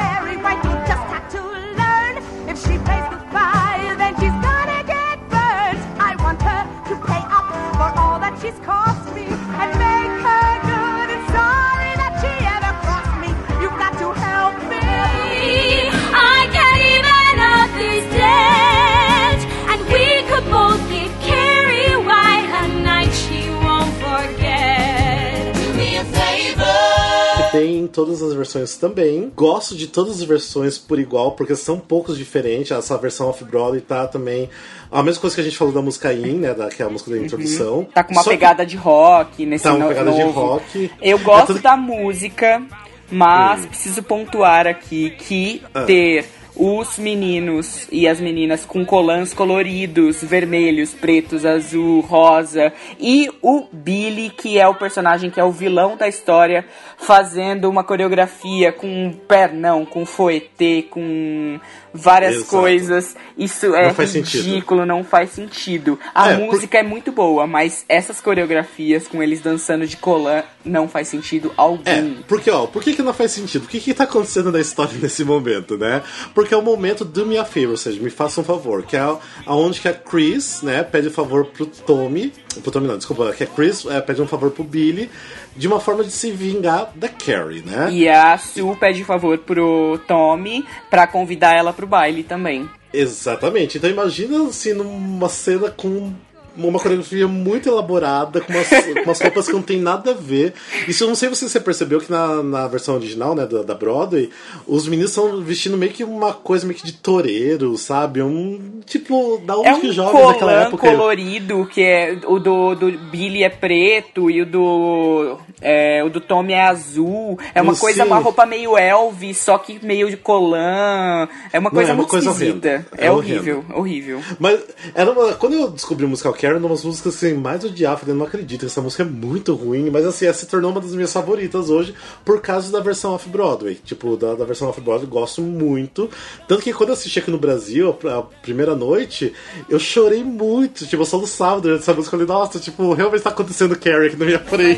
Tem em todas as versões também. Gosto de todas as versões por igual, porque são poucos diferentes. Essa versão Off-Broadway tá também... A mesma coisa que a gente falou da música In, né? Que é a música da introdução. Tá com uma pegada de rock nesse novo. Tá uma pegada de rock. Eu gosto da música, mas preciso pontuar aqui que ter os meninos e as meninas com colãs coloridos, vermelhos, pretos, azul, rosa, e o Billy, que é o personagem que é o vilão da história, fazendo uma coreografia com pernão, com fouetê, com várias coisas. Isso é ridículo, não faz sentido. A música é muito boa, mas essas coreografias com eles dançando de colã não faz sentido algum. Porque, por que não faz sentido? O que tá acontecendo na história nesse momento, né? Porque é o momento do Me a Favor, ou seja, me faça um favor, que é aonde que a Chris, né, pede um favor pro Tommy não, desculpa, que a Chris pede um favor pro Billy, de uma forma de se vingar da Carrie, né? E a Sue pede um favor pro Tommy pra convidar ela pro baile também. Exatamente, então imagina assim, numa cena com uma coreografia muito elaborada, com umas roupas que não tem nada a ver. Isso eu não sei se você percebeu que na versão original, né, da Broadway, os meninos estão vestindo meio que uma coisa meio que de toureiro, sabe? Tipo, da onde que jovens daquela época... colorido, que é o do Billy é preto e o do Tommy é azul. É uma coisa, uma roupa meio Elvis, só que meio de colã. É uma coisa muito esquisita. É horrível. Mas quando eu descobri o musical Carrie, uma das músicas que eu mais odiava, eu não acredito que essa música é muito ruim, mas assim, ela se tornou uma das minhas favoritas hoje por causa da versão Off-Broadway. Tipo, da versão Off-Broadway, gosto muito. Tanto que quando eu assisti aqui no Brasil, a primeira noite, eu chorei muito. Tipo, eu só no sábado, durante essa música, eu falei, nossa, tipo, realmente tá acontecendo Carrie aqui na minha frente.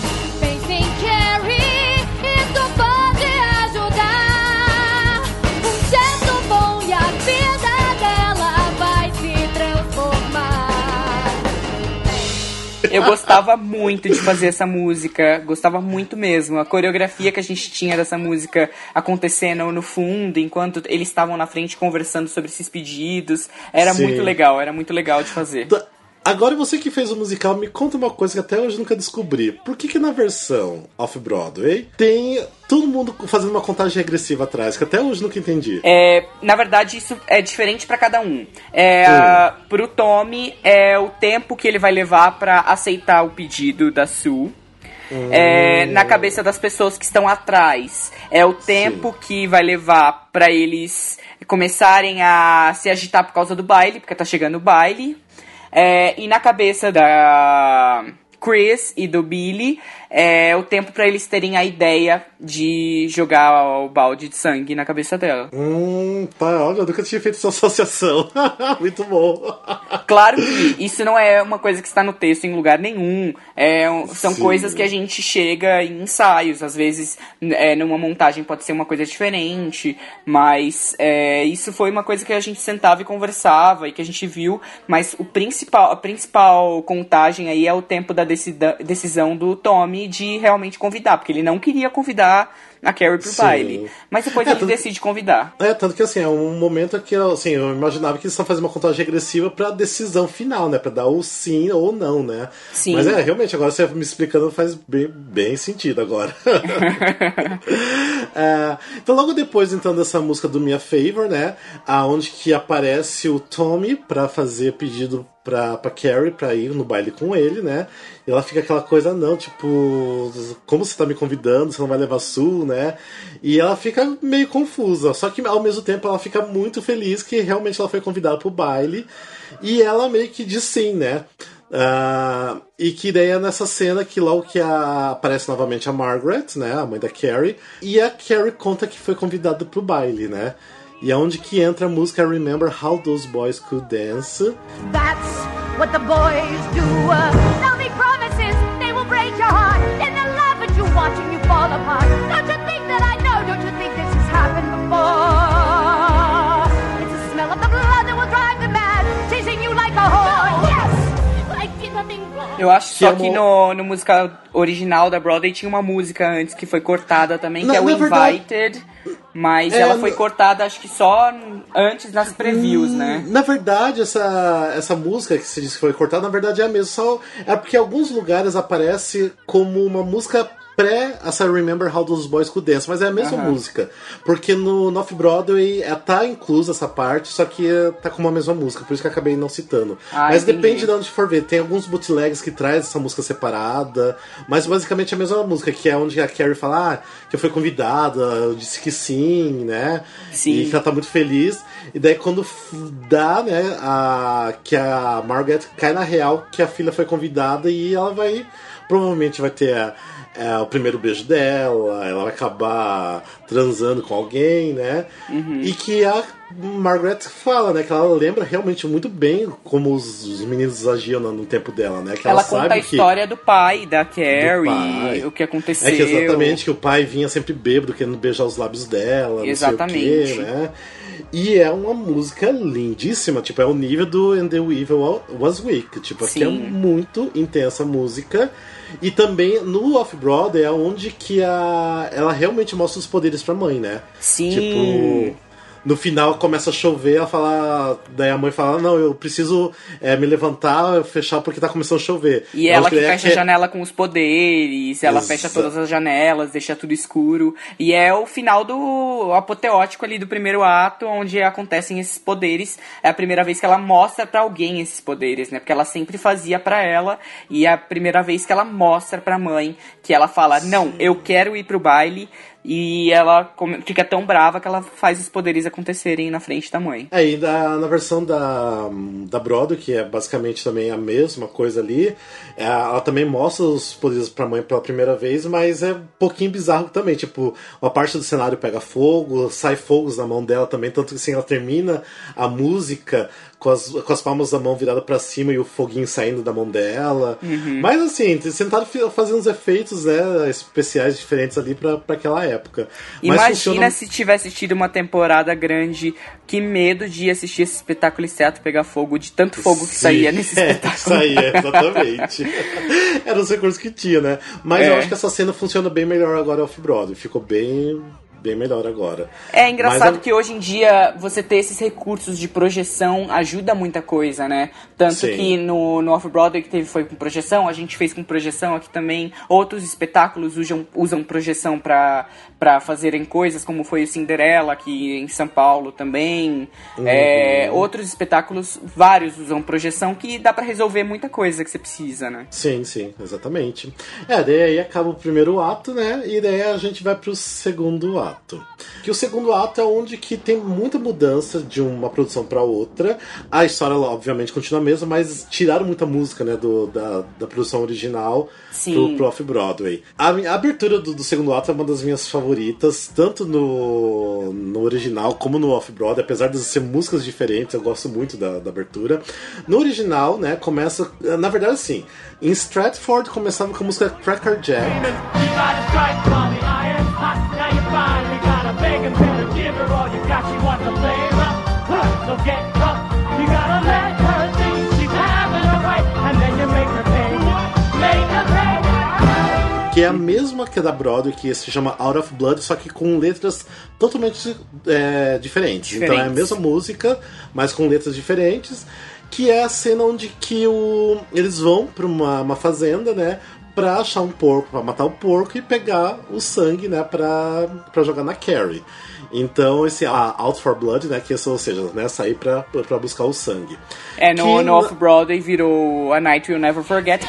Eu gostava muito de fazer essa música, gostava muito mesmo. A coreografia que a gente tinha dessa música acontecendo no fundo, enquanto eles estavam na frente conversando sobre esses pedidos, era muito legal de fazer. Agora você que fez o musical, me conta uma coisa que até hoje nunca descobri. Por que na versão Off-Broadway tem todo mundo fazendo uma contagem regressiva atrás, que até hoje nunca entendi? Na verdade, isso é diferente pra cada um. Pro Tommy, é o tempo que ele vai levar pra aceitar o pedido da Sue. Na cabeça das pessoas que estão atrás, é o tempo que vai levar pra eles começarem a se agitar por causa do baile, porque tá chegando o baile. E na cabeça da Chris e do Billy, é o tempo pra eles terem a ideia de jogar o balde de sangue na cabeça dela. Olha, eu nunca tinha feito essa associação. Muito bom. Claro que isso não é uma coisa que está no texto em lugar nenhum. São coisas que a gente chega em ensaios. Às vezes, numa montagem pode ser uma coisa diferente, mas isso foi uma coisa que a gente sentava e conversava e que a gente viu, mas a principal contagem aí é o tempo da decisão do Tommy de realmente convidar, porque ele não queria convidar a Carrie pro baile. Mas depois ele decide convidar. Tanto que assim, é um momento que assim, eu imaginava que eles só faziam uma contagem regressiva pra decisão final, né? Pra dar o sim ou não, né? Sim. Mas realmente, agora você me explicando faz bem sentido agora. Então logo depois então dessa música do Me a Favor, né? Aonde que aparece o Tommy pra fazer pedido pra Carrie pra ir no baile com ele, né? E ela fica aquela coisa, não, tipo, como você tá me convidando, você não vai levar Sue, né? E ela fica meio confusa, só que ao mesmo tempo ela fica muito feliz que realmente ela foi convidada pro baile, e ela meio que diz sim, né? E que daí é nessa cena que logo que aparece novamente a Margaret, né? A mãe da Carrie, e a Carrie conta que foi convidada pro baile, né? E é onde que entra a música Remember How Those Boys Could Dance. That's what the boys do. They'll make promises, they will break your heart. Then they'll laugh at you, watching you fall apart. Don't you think that I know? Don't you think this has happened before? It's the smell of the blood that will drive them mad, chasing you like a horse. Yes, I did nothing wrong. Eu acho só que no musical original da Broadway tinha uma música antes que foi cortada também, que é o Invited. Mas ela foi cortada, acho que só antes das previews, né? Na verdade, essa música que você disse que foi cortada, na verdade é a mesma. Só é porque em alguns lugares aparece como uma música pré essa Remember How Those Boys Could Dance, mas é a mesma música. Porque no Off-Broadway tá inclusa essa parte, só que tá com a mesma música, por isso que eu acabei não citando. Mas entendi. Depende de onde for ver. Tem alguns bootlegs que traz essa música separada, mas basicamente é a mesma música, que é onde a Carrie fala que eu fui convidada, eu disse que sim, né? Sim. E que ela tá muito feliz. E daí quando dá, né, que a Margaret cai na real que a filha foi convidada e ela provavelmente vai ter o primeiro beijo dela, ela vai acabar transando com alguém, né? E que a Margaret fala, né, que ela lembra realmente muito bem como os meninos agiam no tempo dela, né? Que ela conta sabe a história do pai, da Carrie, o que aconteceu. É que exatamente, que o pai vinha sempre bêbado, querendo beijar os lábios dela, exatamente. Não sei o quê, né? E é uma música lindíssima, tipo, é o nível do And the Evil Was Weak, tipo, aqui é muito intensa a música. E também no Off-Broadway é onde que ela realmente mostra os poderes pra mãe, né? Sim. Tipo, no final começa a chover, ela fala, daí a mãe fala, não, eu preciso me levantar, fechar porque tá começando a chover. E ela que fecha a janela com os poderes, ela fecha todas as janelas, deixa tudo escuro. E é o final do apoteótico ali do primeiro ato, onde acontecem esses poderes. É a primeira vez que ela mostra pra alguém esses poderes, né? Porque ela sempre fazia pra ela, e é a primeira vez que ela mostra pra mãe, que ela fala, não, eu quero ir pro baile. E ela fica tão brava que ela faz os poderes acontecerem na frente da mãe. E na versão da Broadway, que é basicamente também a mesma coisa ali, ela também mostra os poderes pra mãe pela primeira vez, mas é um pouquinho bizarro também. Tipo, uma parte do cenário pega fogo, sai fogos na mão dela também, tanto que assim, ela termina a música com as palmas da mão virada pra cima e o foguinho saindo da mão dela. Mas assim, tentaram fazer uns efeitos, né, especiais diferentes ali pra aquela época. Imagina se tivesse tido uma temporada grande, que medo de assistir esse espetáculo e certo pegar fogo, de tanto fogo que saía nesse espetáculo. Saía, exatamente. Era os recursos que tinha, né? Mas eu acho que essa cena funciona bem melhor agora off-Broadway. Ficou bem bem melhor agora. É engraçado que hoje em dia você ter esses recursos de projeção ajuda muita coisa, né? Tanto Sim. que no Off-Broadway que foi com projeção, a gente fez com projeção aqui também. Outros espetáculos usam projeção pra fazerem coisas, como foi o Cinderela aqui em São Paulo também. Outros espetáculos, vários usam projeção, que dá pra resolver muita coisa que você precisa, né? Sim, exatamente. Daí aí acaba o primeiro ato, né? E daí a gente vai pro segundo ato. Que o segundo ato é onde que tem muita mudança de uma produção pra outra. A história, obviamente, continua a mesma, mas tiraram muita música, né, da produção original pro Off-Broadway. A abertura do segundo ato é uma das minhas favoritas, tanto no original como no Off-Broadway, apesar de ser músicas diferentes, eu gosto muito da abertura. No original, né, começa... Na verdade, assim, em Stratford começava com a música Cracker Jack. Que é a mesma que a da Broadway, que se chama Out of Blood, só que com letras totalmente diferentes. Então é a mesma música, mas com letras diferentes, que é a cena onde que eles vão pra uma fazenda, né, pra achar um porco, pra matar o porco e pegar o sangue, né, pra jogar na Carrie. Então, esse Out for Blood, né, que ou seja, né, sair pra buscar o sangue. No Off-Broadway virou A Night We'll Never Forget.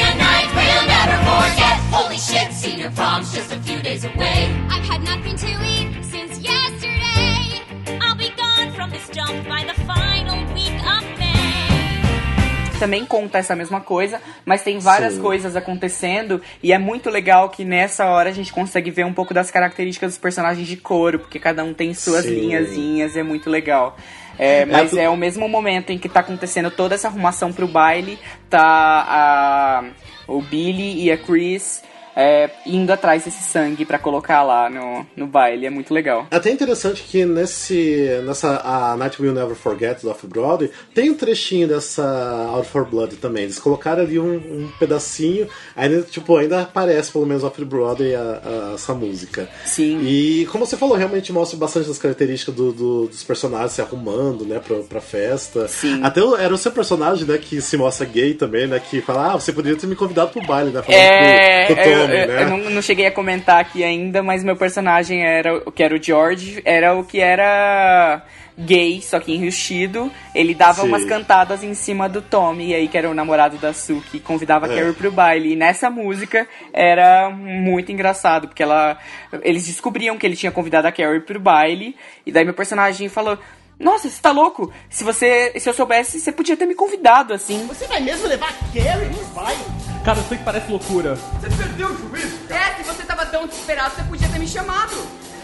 Holy shit, senior prom's just a few days away. I've had nothing to eat since yesterday. I'll be gone from this dump by the final week of May. Também conta essa mesma coisa, mas tem várias coisas acontecendo e é muito legal que nessa hora a gente consegue ver um pouco das características dos personagens de coro, porque cada um tem suas linhazinhas, é muito legal. Mas é o mesmo momento em que tá acontecendo toda essa arrumação pro baile, tá o Billy e a Chris indo atrás desse sangue pra colocar lá no baile, é muito legal. É até interessante que nessa A Night We'll Never Forget do Off-Broadway tem um trechinho dessa Out for Blood também. Eles colocaram ali um pedacinho, aí tipo, ainda aparece pelo menos Off-Broadway essa música. Sim. E como você falou, realmente mostra bastante das características dos personagens se arrumando, né, pra festa. Sim. Até era o seu personagem, né, que se mostra gay também, né, que fala, você poderia ter me convidado pro baile, né, falando pro Tommy, né? Eu não cheguei a comentar aqui ainda, mas meu personagem que era o George, era o que era gay, só que enrustido. Ele dava umas cantadas em cima do Tommy, aí que era o namorado da Sue, que convidava a Carrie pro baile. E nessa música era muito engraçado, porque eles descobriam que ele tinha convidado a Carrie pro baile, e daí meu personagem falou: nossa, você tá louco? Se eu soubesse, você podia ter me convidado, assim. Você vai mesmo levar a Carrie no baile? Cara, eu sei que parece loucura. Você perdeu o juízo, cara. Se você tava tão desesperado, você podia ter me chamado.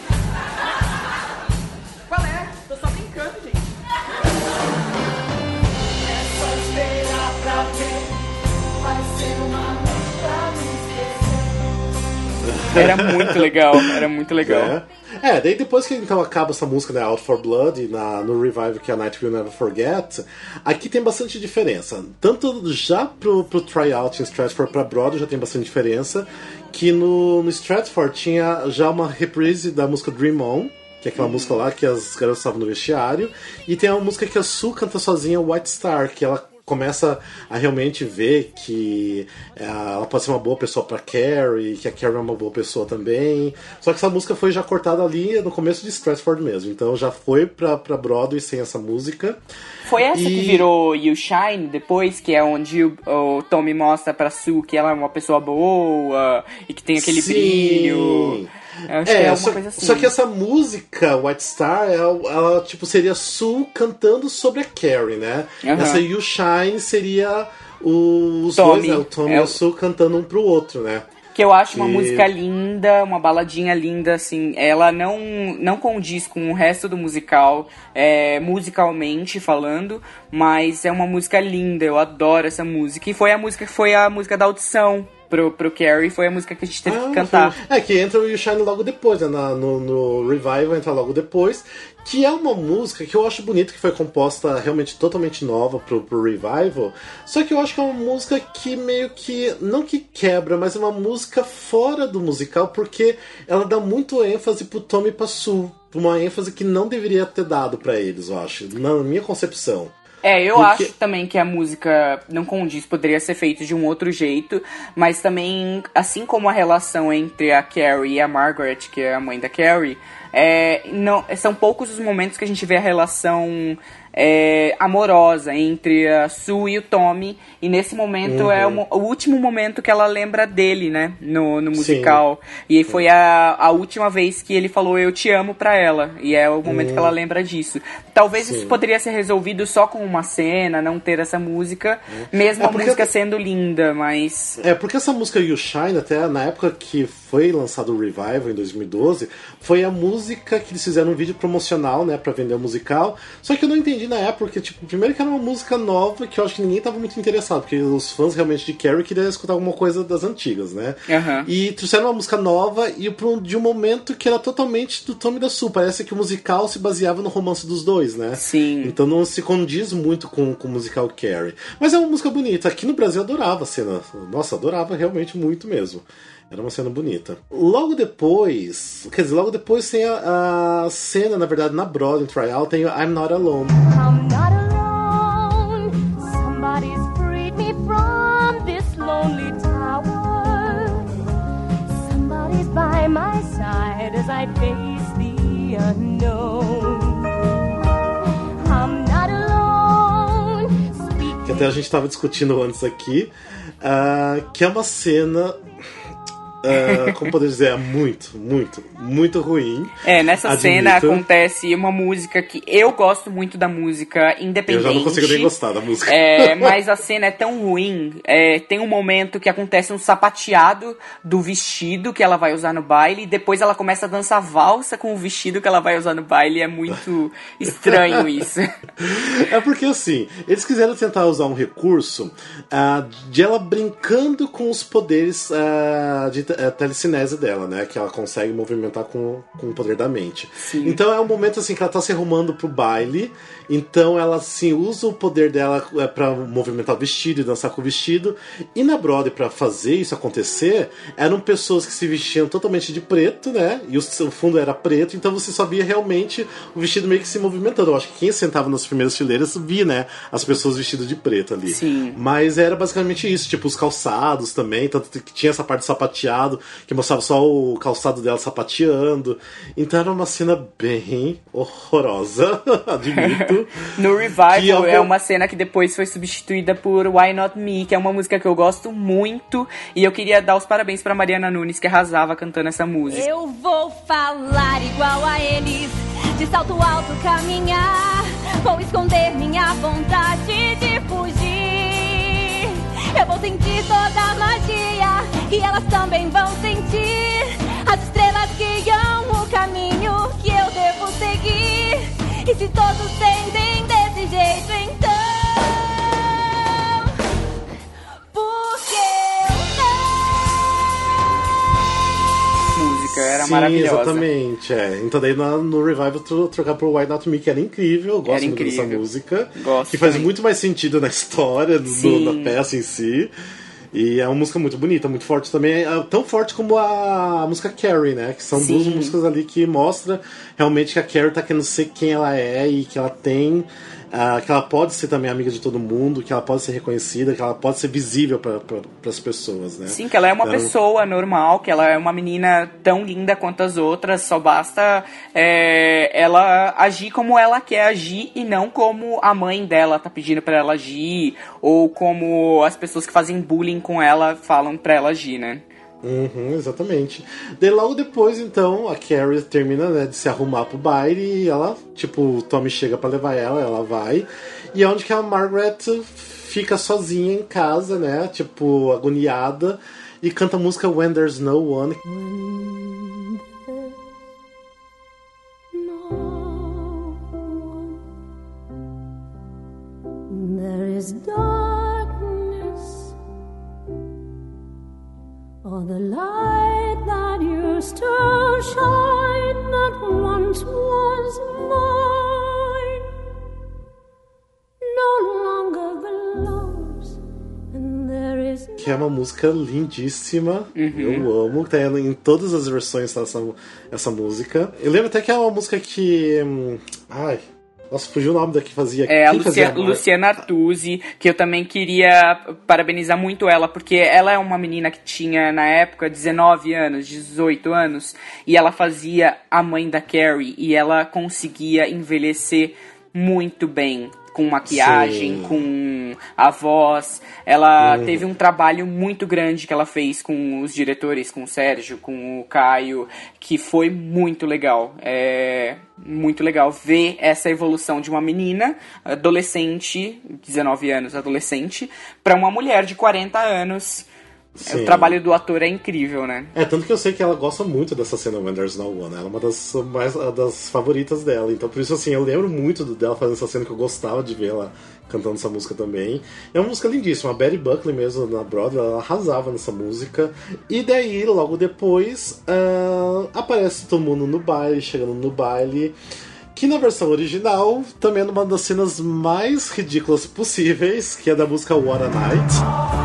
Qual é? Tô só brincando, gente. É só esperar pra ver. Vai ser uma noite pra me esquecer. Era muito legal, era muito legal. Daí depois que então acaba essa música, né, Out for Blood, no revival que é A Night We'll Never Forget, aqui tem bastante diferença. Tanto já pro tryout em Stratford pra Broadway já tem bastante diferença, que no Stratford tinha já uma reprise da música Dream On, que é aquela música lá que as garotas estavam no vestiário, e tem uma música que a Sue canta sozinha, White Star, que ela começa a realmente ver que ela pode ser uma boa pessoa pra Carrie, que a Carrie é uma boa pessoa também. Só que essa música foi já cortada ali no começo de Stratford mesmo. Então já foi pra Broadway sem essa música. Foi essa que virou You Shine depois, que é onde o Tommy mostra pra Sue que ela é uma pessoa boa e que tem aquele brilho. Eu acho que é uma coisa assim. Só que essa música, White Star, ela tipo, seria Sue cantando sobre a Carrie, né? Essa You Shine seria os Tommy, dois, né? O Tommy e a Sue cantando um pro outro, né? Que eu acho uma música linda, uma baladinha linda, assim. Ela não condiz com o resto do musical, musicalmente falando, mas é uma música linda, eu adoro essa música. E foi a música da audição pro Carrie, foi a música que a gente teve que cantar. É, que entra o You Shine logo depois, né? No Revival entra logo depois. Que é uma música que eu acho bonita, que foi composta realmente totalmente nova pro Revival. Só que eu acho que é uma música que meio que, não que quebra, mas é uma música fora do musical, porque ela dá muito ênfase pro Tommy e pra Sue. Uma ênfase que não deveria ter dado pra eles, eu acho, na minha concepção. Eu acho também que a música não condiz, poderia ser feito de um outro jeito, mas também, assim como a relação entre a Carrie e a Margaret, que é a mãe da Carrie, não, são poucos os momentos que a gente vê a relação amorosa entre a Sue e o Tommy, e nesse momento é o último momento que ela lembra dele, né, no musical. Sim. E foi a última vez que ele falou eu te amo pra ela, e é o momento que ela lembra disso. Talvez isso poderia ser resolvido só com uma cena, não ter essa música, mesmo a música sendo linda, mas... porque essa música You Shine, até na época que foi lançado o Revival, em 2012, foi a música que eles fizeram um vídeo promocional, né, pra vender o musical, só que eu não entendi na época, porque, tipo, primeiro que era uma música nova que eu acho que ninguém tava muito interessado, porque os fãs realmente de Carrie queriam escutar alguma coisa das antigas, né? E trouxeram uma música nova e de um momento que era totalmente do Tommy e da Sue. Parece que o musical se baseava no romance dos dois, né? Sim. Então não se condiz muito com o musical Carrie. Mas é uma música bonita. Aqui no Brasil eu adorava a cena. Nossa, adorava realmente muito mesmo. Era uma cena bonita. Logo depois tem a cena, na verdade, na Broadway Trial, tem o I'm Not Alone. I'm not alone. Somebody's freed me from this lonely tower. Somebody's by my side as I face the unknown. I'm not alone. Que até a gente estava discutindo antes aqui, que é uma cena... como poder dizer, é muito ruim. Nessa cena acontece uma música que eu gosto muito da música independente. Eu já não consigo nem gostar da música. Mas a cena é tão ruim. Tem um momento que acontece um sapateado do vestido que ela vai usar no baile, e depois ela começa a dançar valsa com o vestido que ela vai usar no baile. É muito estranho isso. É porque assim, eles quiseram tentar usar um recurso de ela brincando com os poderes de telecinese dela, né? Que ela consegue movimentar com o poder da mente. Sim. Então é um momento assim que ela tá se arrumando pro baile, então ela assim usa o poder dela pra movimentar o vestido e dançar com o vestido. E na Broadway, pra fazer isso acontecer, eram pessoas que se vestiam totalmente de preto, né? E o fundo era preto, então você só via realmente o vestido meio que se movimentando. Eu acho que quem sentava nas primeiras fileiras via, né? As pessoas vestidas de preto ali. Sim. Mas era basicamente isso, tipo os calçados também, tanto que tinha essa parte sapateada, que mostrava só o calçado dela sapateando. Então era uma cena bem horrorosa, admito. No Revival é uma cena que depois foi substituída por Why Not Me, que é uma música que eu gosto muito, e eu queria dar os parabéns pra Mariana Nunes, que arrasava cantando essa música. Eu vou falar igual a eles, de salto alto caminhar, vou esconder minha vontade de fugir. Eu vou sentir toda a magia, e elas também vão sentir as estrelas que guiam o caminho que eu devo seguir. E se todos sentem desse jeito, então por que eu não? Música era Sim, maravilhosa. Exatamente, Então daí no Revival trocar por Why Not Me, que era incrível. Eu gosto muito dessa música. Gosto que faz também. muito mais sentido na história da peça em si. E é uma música muito bonita, muito forte também. É tão forte como a música Carrie, né? Que são duas músicas ali que mostram realmente que a Carrie tá querendo ser quem ela é e que ela tem... que ela pode ser também amiga de todo mundo, que ela pode ser reconhecida, que ela pode ser visível para as pessoas, né? Sim, que ela é uma pessoa normal, que ela é uma menina tão linda quanto as outras, só basta ela agir como ela quer agir e não como a mãe dela tá pedindo para ela agir, ou como as pessoas que fazem bullying com ela falam para ela agir, né? Exatamente. Daí logo depois, então, a Carrie termina, né, de se arrumar pro baile e ela, tipo, o Tommy chega pra levar ela vai. E é onde que a Margaret fica sozinha em casa, né, tipo, agoniada, e canta a música When There's No One. There is darkness used to shine that once was mine no longer glows, and there is que é uma música lindíssima. Eu amo, tá em todas as versões essa música. Eu lembro até que é uma música que nossa, fugiu o nome da que fazia. É, a Luciana Artusi, que eu também queria parabenizar muito ela, porque ela é uma menina que tinha, na época, 19 anos, 18 anos, e ela fazia a mãe da Carrie, e ela conseguia envelhecer muito bem, com maquiagem, com a voz. Ela teve um trabalho muito grande que ela fez com os diretores, com o Sérgio, com o Caio, que foi muito legal. É muito legal ver essa evolução de uma menina, adolescente, 19 anos, adolescente, para uma mulher de 40 anos. Sim. O trabalho do ator é incrível, né? É, tanto que eu sei que ela gosta muito dessa cena When There's No One. Ela é uma das favoritas dela. Então, por isso, assim, eu lembro muito dela fazendo essa cena, que eu gostava de ver ela cantando essa música também. É uma música lindíssima. A Betty Buckley mesmo, na Broadway, ela arrasava nessa música. E daí, logo depois, aparece todo mundo no baile, chegando no baile, que na versão original também é uma das cenas mais ridículas possíveis, que é da música What a Night.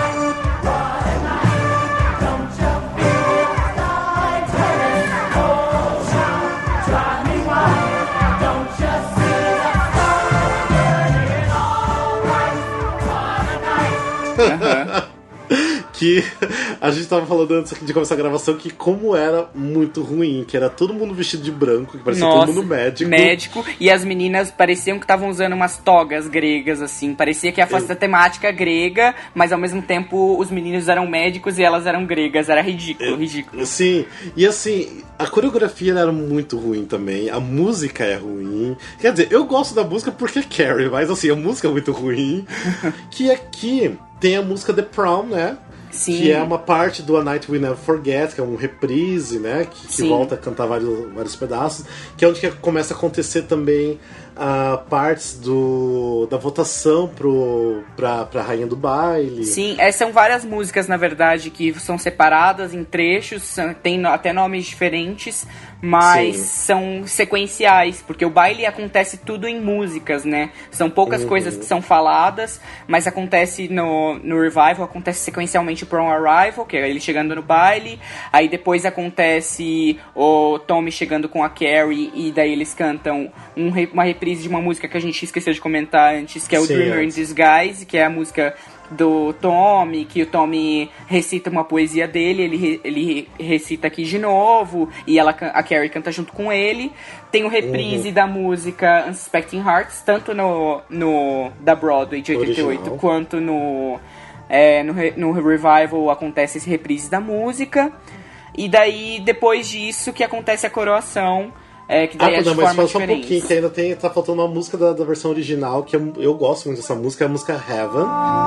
Que a gente tava falando antes de começar a gravação que como era muito ruim, que era todo mundo vestido de branco, que parecia todo mundo médico. E as meninas pareciam que estavam usando umas togas gregas, assim. Parecia que ia fazer a temática grega, mas ao mesmo tempo os meninos eram médicos e elas eram gregas. Era ridículo. Sim, e assim, a coreografia era muito ruim também, a música é ruim. Quer dizer, eu gosto da música porque é Carrie, mas assim, a música é muito ruim. Que aqui tem a música The Prom, né? Sim. Que é uma parte do A Night We Never Forget, que é um reprise, né? Que volta a cantar vários pedaços. Que é onde que começa a acontecer também partes da votação pra rainha do baile. Sim, são várias músicas, na verdade, que são separadas em trechos, tem até nomes diferentes, mas são sequenciais, porque o baile acontece tudo em músicas, né? São poucas coisas que são faladas, mas acontece no revival, acontece sequencialmente o Prom Arrival, que é ele chegando no baile, aí depois acontece o Tommy chegando com a Carrie, e daí eles cantam uma reprise de uma música que a gente esqueceu de comentar antes, que é o Dreamer in Disguise, que é a música do Tommy, que o Tommy recita uma poesia dele, ele recita aqui de novo, e a Carrie canta junto com ele. Tem o reprise da música Unsuspecting Hearts, tanto da Broadway de 88, original, quanto no revival acontece esse reprise da música. E daí, depois disso, que acontece a coroação, que daí é de forma mas diferente. Só um pouquinho, que ainda tá faltando uma música da versão original, que eu gosto muito dessa música, é a música Heaven.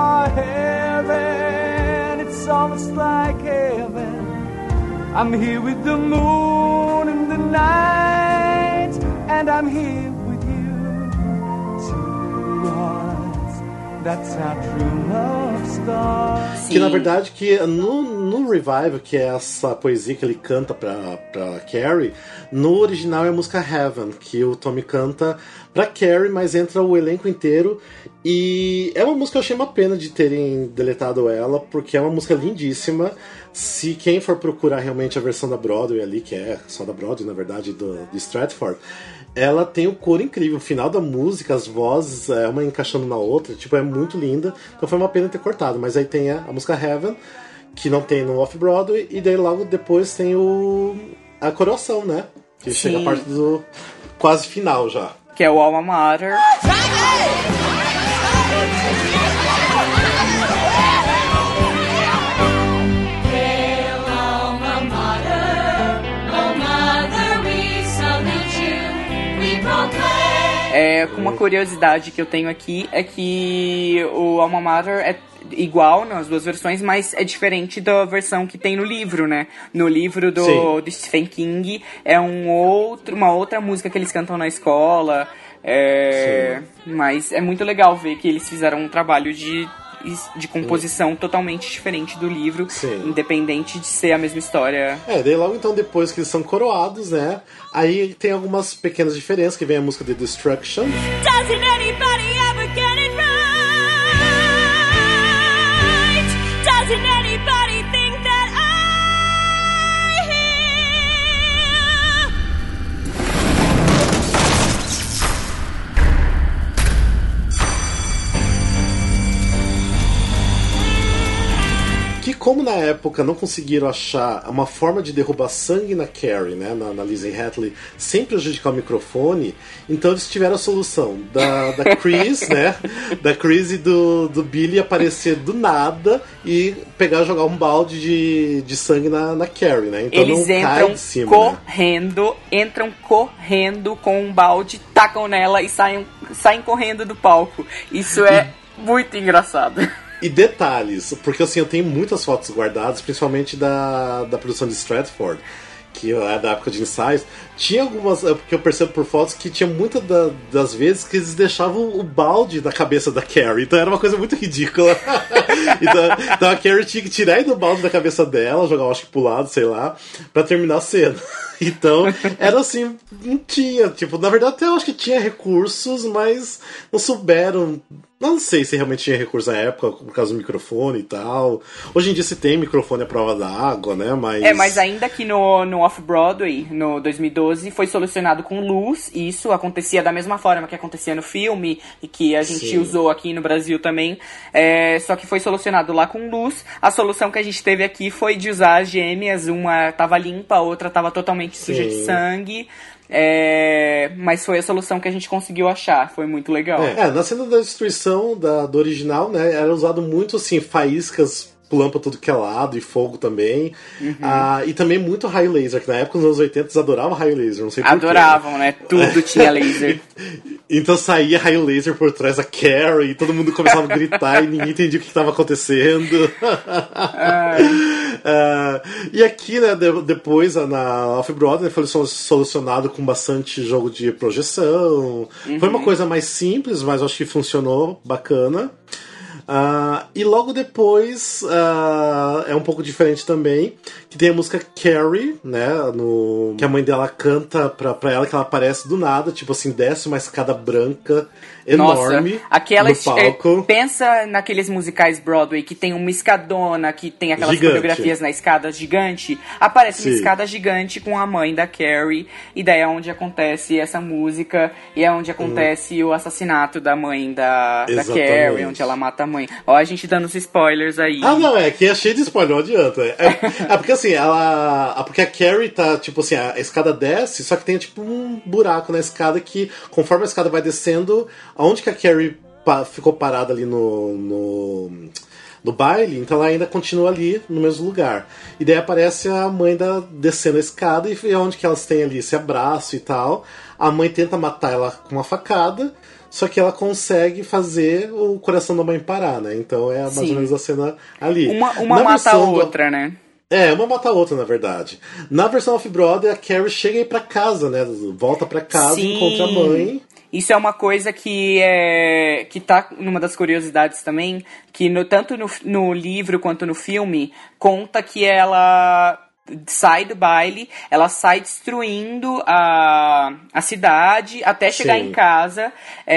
Heaven, it's almost like heaven. I'm here with the moon in the night, and I'm here with you. Two hearts, that's how true love starts. Que na verdade, que no revival, que é essa poesia que ele canta pra Carrie, no original é a música Heaven, que o Tommy canta pra Carrie, mas entra o elenco inteiro. E é uma música que eu achei uma pena de terem deletado ela, porque é uma música lindíssima. Se quem for procurar realmente a versão da Broadway ali, que é só da Broadway, na verdade, de Stratford, ela tem o coro incrível. O final da música, as vozes, uma encaixando na outra, tipo, é muito linda. Então foi uma pena ter cortado. Mas aí tem a música Heaven, que não tem no Off-Broadway, e daí logo depois tem a coroação, né? Que chega a parte do quase final já. Que é o Alma Mater. Uma curiosidade que eu tenho aqui é que o Alma Mater é igual nas duas versões, mas é diferente da versão que tem no livro, né? No livro do Stephen King é uma outra música que eles cantam na escola. Mas é muito legal ver que eles fizeram um trabalho de de composição totalmente diferente do livro, Sim. independente de ser a mesma história. Daí logo então depois que eles são coroados, né? Aí tem algumas pequenas diferenças, que vem a música de Destruction. Doesn't anybody ever get it right? Doesn't anybody think that I hear? Que como na época não conseguiram achar uma forma de derrubar sangue na Carrie, né, na Lizzie Hatley, sem prejudicar o microfone, então eles tiveram a solução da Chris, né, da Chris e do Billy aparecer do nada e pegar e jogar um balde de sangue na Carrie, né, então Eles não cai de cima, correndo, entram correndo com um balde, tacam nela e saem correndo do palco. Isso é muito engraçado. E detalhes, porque assim, eu tenho muitas fotos guardadas, principalmente da produção de Stratford, que é da época de ensaios. Tinha algumas, porque eu percebo por fotos que tinha muitas das vezes que eles deixavam o balde na cabeça da Carrie, então era uma coisa muito ridícula. então a Carrie tinha que tirar do balde da cabeça dela, jogar, acho que pro lado, sei lá, pra terminar a cena. Então, era assim, não tinha, tipo, na verdade até eu acho que tinha recursos, mas não souberam. Não sei se realmente tinha recurso na época, por causa do microfone e tal. Hoje em dia se tem microfone à prova d'água, né? Mas ainda que no Off-Broadway, no 2012, foi solucionado com luz. E isso acontecia da mesma forma que acontecia no filme, e que a gente usou aqui no Brasil também. Só que foi solucionado lá com luz. A solução que a gente teve aqui foi de usar as gêmeas. Uma tava limpa, a outra tava totalmente suja de sangue. Mas foi a solução que a gente conseguiu achar. Foi muito legal. Na cena da destruição do original, né, era usado muito assim, faíscas pulando pra tudo que é lado, e fogo também. E também muito raio laser, que na época, nos anos 80, eles adoravam raio laser, não sei porquê. Adoravam, né? Tudo tinha laser. Então saía raio laser por trás da Carrie, e todo mundo começava a gritar e ninguém entendia o que estava acontecendo. E aqui, né, depois na Off-Broadway foi solucionado com bastante jogo de projeção. Foi uma coisa mais simples, mas eu acho que funcionou bacana. E logo depois é um pouco diferente também, que tem a música Carrie, né, que a mãe dela canta pra ela, que ela aparece do nada, tipo assim, desce uma escada branca enorme. Nossa, aquelas, no palco. Pensa naqueles musicais Broadway que tem uma escadona, que tem aquelas coreografias na escada gigante. Aparece uma escada gigante com a mãe da Carrie, e daí é onde acontece essa música, e é onde acontece o assassinato da mãe da Carrie, onde ela mata a mãe. Ó, a gente dando os spoilers aí. Não, que é cheio de spoiler, não adianta. Porque assim, porque a Carrie tá, tipo assim, a escada desce, só que tem tipo um buraco na escada que, conforme a escada vai descendo, aonde que a Carrie ficou parada ali no baile, então ela ainda continua ali no mesmo lugar. E daí aparece a mãe descendo a escada, e é onde que elas têm ali esse abraço e tal. A mãe tenta matar ela com uma facada, só que ela consegue fazer o coração da mãe parar, né? Então é mais ou menos a cena ali. Uma mata a outra, né? Uma mata a outra, na verdade. Na versão Off-Broadway, a Carrie chega aí pra casa, né? Volta pra casa e encontra a mãe. Isso é uma coisa que tá numa das curiosidades também, que tanto no livro quanto no filme, conta que ela sai do baile, ela sai destruindo a cidade até chegar em casa.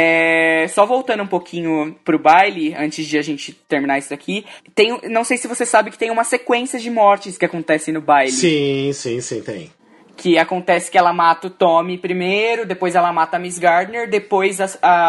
Só voltando um pouquinho pro baile, antes de a gente terminar isso daqui, não sei se você sabe que tem uma sequência de mortes que acontecem no baile. Sim, tem. Que acontece que ela mata o Tommy primeiro, depois ela mata a Miss Gardner, depois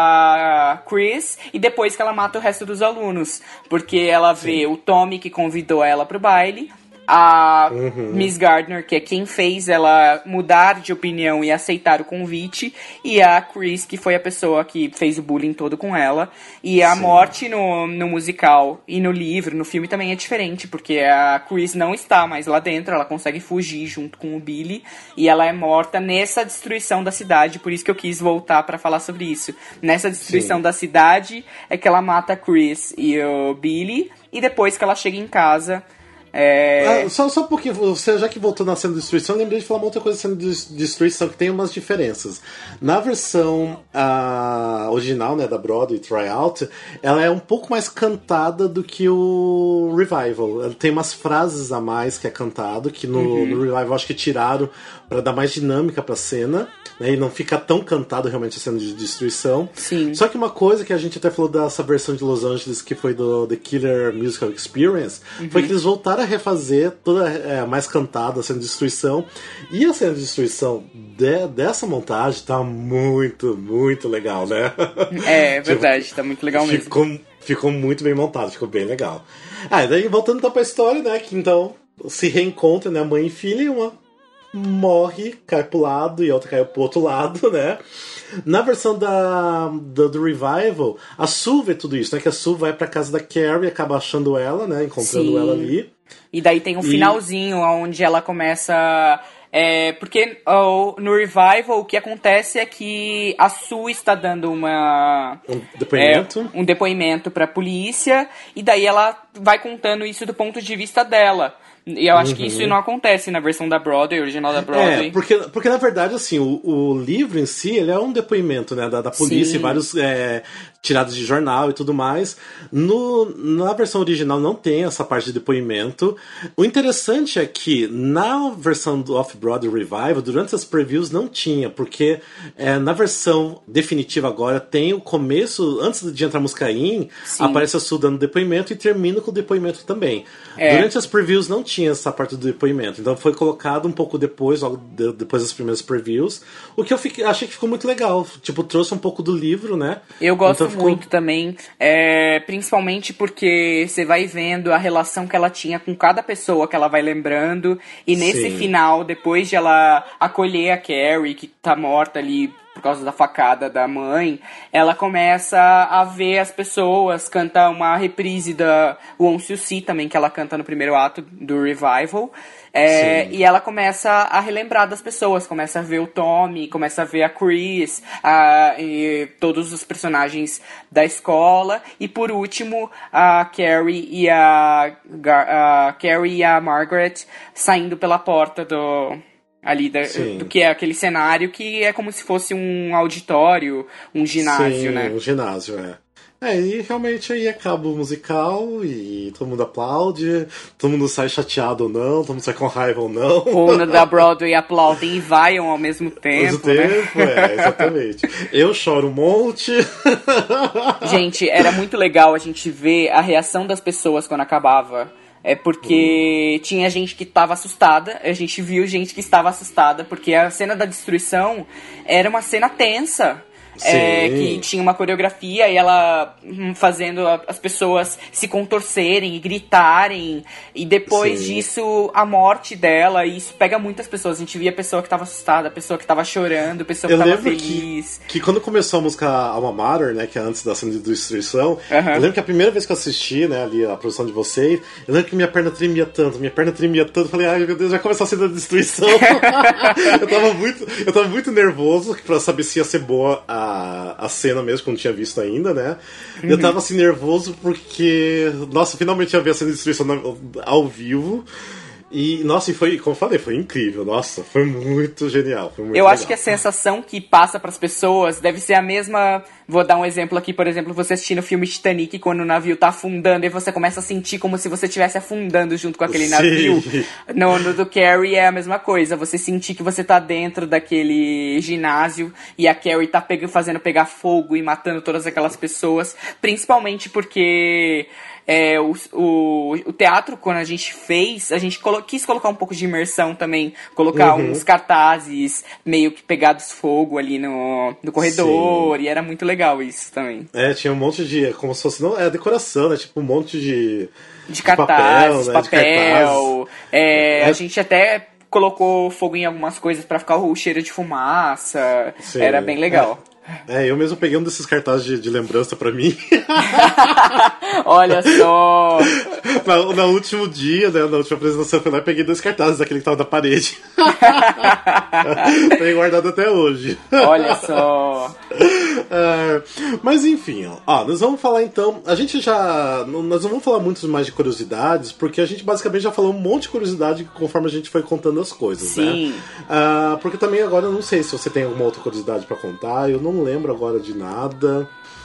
a Chris, e depois que ela mata o resto dos alunos. Porque ela vê o Tommy, que convidou ela pro baile, a Miss Gardner, que é quem fez ela mudar de opinião e aceitar o convite, e a Chris, que foi a pessoa que fez o bullying todo com ela. E a morte no musical e no livro, no filme também é diferente, porque a Chris não está mais lá dentro, ela consegue fugir junto com o Billy, e ela é morta nessa destruição da cidade, por isso que eu quis voltar pra falar sobre isso. Nessa destruição da cidade é que ela mata a Chris e o Billy, e depois que ela chega em casa, Só um pouquinho, você já que voltou na cena de destruição, eu lembrei de falar uma outra coisa da cena de destruição, que tem umas diferenças. Na versão original, né, da Broadway, Tryout, ela é um pouco mais cantada do que o Revival. Ela tem umas frases a mais que é cantado, que no Revival acho que tiraram para dar mais dinâmica pra cena, né, e não fica tão cantado realmente a cena de destruição. Sim. Só que uma coisa que a gente até falou dessa versão de Los Angeles, que foi do The Killer Musical Experience, foi que eles voltaram a refazer toda mais cantada a cena de destruição. E a cena de destruição dessa montagem tá muito, muito legal, né? É verdade, tá muito legal mesmo. Ficou muito bem montado, ficou bem legal. E daí voltando então pra história, né? Que então se reencontra, né? Mãe e filha, e uma morre, cai pro lado e a outra cai pro outro lado, né? Na versão do Revival, a Sue vê tudo isso, né? Que a Sue vai pra casa da Carrie, acaba achando ela, né? Encontrando ela ali. E daí tem um finalzinho onde ela começa... porque no Revival o que acontece é que a Sue está dando um depoimento pra polícia, e daí ela vai contando isso do ponto de vista dela. E eu acho que isso não acontece na versão da Broadway, original da Broadway. Porque na verdade, assim, o livro em si, ele é um depoimento, né, da polícia, e vários tirados de jornal e tudo mais. Na versão original não tem essa parte de depoimento. O interessante é que na versão do Off-Broadway Revival, durante as previews não tinha, porque na versão definitiva agora tem o começo, antes de entrar a música aparece a Sue dando depoimento e termina com o depoimento também. Durante as previews não tinha essa parte do depoimento, então foi colocado um pouco depois, logo depois das primeiras previews, o que eu achei que ficou muito legal, tipo, trouxe um pouco do livro, né? Eu gosto muito também, principalmente porque você vai vendo a relação que ela tinha com cada pessoa que ela vai lembrando, e nesse final, depois de ela acolher a Carrie, que tá morta ali por causa da facada da mãe, ela começa a ver as pessoas, canta uma reprise da Won't You See também, que ela canta no primeiro ato do Revival, e ela começa a relembrar das pessoas, começa a ver o Tommy, começa a ver a Chris, e todos os personagens da escola, e por último a Carrie e a Margaret saindo pela porta ali do que é aquele cenário que é como se fosse um auditório, um ginásio, né? Um ginásio, e realmente aí acaba o musical e todo mundo aplaude, todo mundo sai chateado ou não, todo mundo sai com raiva ou não. Ou no da Broadway aplaudem e vaiam ao mesmo tempo, exatamente. Eu choro um monte. Gente, era muito legal a gente ver a reação das pessoas quando acabava. Porque tinha gente que estava assustada, a gente viu gente que estava assustada, porque a cena da destruição era uma cena tensa. Que tinha uma coreografia e ela fazendo as pessoas se contorcerem e gritarem, e depois disso a morte dela, e isso pega muitas pessoas. A gente via a pessoa que tava assustada, a pessoa que tava chorando, a pessoa que tava feliz. Que quando começou a música Alma Mater, né, que é antes da cena de destruição, eu lembro que a primeira vez que eu assisti, né, ali a produção de vocês, eu lembro que minha perna tremia tanto, eu falei, ai meu Deus, vai começar a cena da destruição. eu tava muito nervoso pra saber se ia ser boa a cena mesmo, que eu não tinha visto ainda, né? Eu tava assim nervoso porque, nossa, finalmente ia ver a cena de destruição ao vivo. E, nossa, e foi, como eu falei, foi incrível. Nossa, foi muito genial. Foi muito legal. Acho que a sensação que passa pras pessoas deve ser a mesma. Vou dar um exemplo aqui, por exemplo, você assistindo o filme Titanic, quando o navio tá afundando, e você começa a sentir como se você estivesse afundando junto com aquele navio. No do Carrie é a mesma coisa, você sentir que você tá dentro daquele ginásio e a Carrie tá fazendo pegar fogo e matando todas aquelas pessoas, principalmente porque o teatro, quando a gente fez, a gente quis colocar um pouco de imersão também, colocar uns cartazes meio que pegados fogo ali no corredor, e era muito legal isso também. Tinha um monte de, como se fosse, não, decoração, né, tipo um monte de cartazes, papel, né, a gente até colocou fogo em algumas coisas pra ficar o cheiro de fumaça, era bem legal. Eu mesmo peguei um desses cartazes de lembrança pra mim. Olha só! No último dia, né, na última apresentação, eu fui lá e peguei 2 cartazes daquele que tava na parede. Tenho guardado até hoje. Olha só! Mas enfim, ó, nós vamos falar então. Nós não vamos falar muito mais de curiosidades, porque a gente basicamente já falou um monte de curiosidade conforme a gente foi contando as coisas, Sim. né? Porque também agora eu não sei se você tem alguma outra curiosidade pra contar, eu não lembro agora de nada.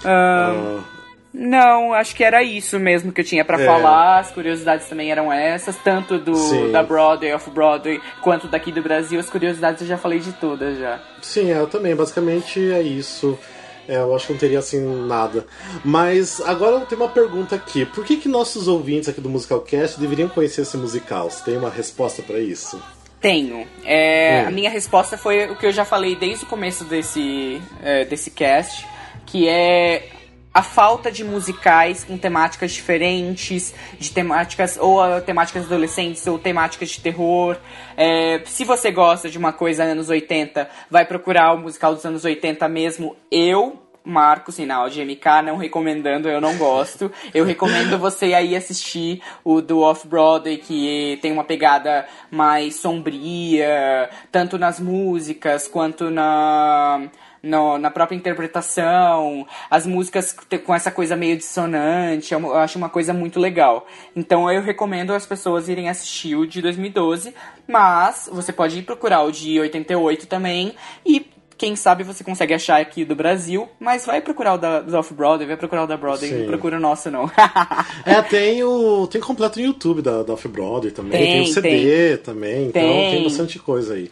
Não, acho que era isso mesmo que eu tinha pra falar. As curiosidades também eram essas, tanto da Broadway, Off-Broadway, quanto daqui do Brasil. As curiosidades eu já falei de todas já. Sim, eu também. Basicamente é isso. Eu acho que não teria assim nada. Mas agora eu tenho uma pergunta aqui. Por que nossos ouvintes aqui do Musicalcast deveriam conhecer esse musical? Você tem uma resposta pra isso? Tenho. A minha resposta foi o que eu já falei desde o começo desse cast, que é a falta de musicais com temáticas diferentes, de temáticas adolescentes ou temáticas de terror. Se você gosta de uma coisa anos 80, vai procurar o musical dos anos 80 mesmo. Marco, sinal de MK, não recomendando, eu não gosto. Eu recomendo você aí assistir o do Off-Broadway, que tem uma pegada mais sombria, tanto nas músicas quanto na própria interpretação, as músicas com essa coisa meio dissonante, eu acho uma coisa muito legal. Então eu recomendo as pessoas irem assistir o de 2012, mas você pode ir procurar o de 88 também, e quem sabe você consegue achar aqui do Brasil, mas vai procurar o do Off-Broadway, vai procurar o da Broadway, não procura o nosso não. Tem completo no YouTube da Off-Broadway também, tem o CD também, então tem bastante coisa aí.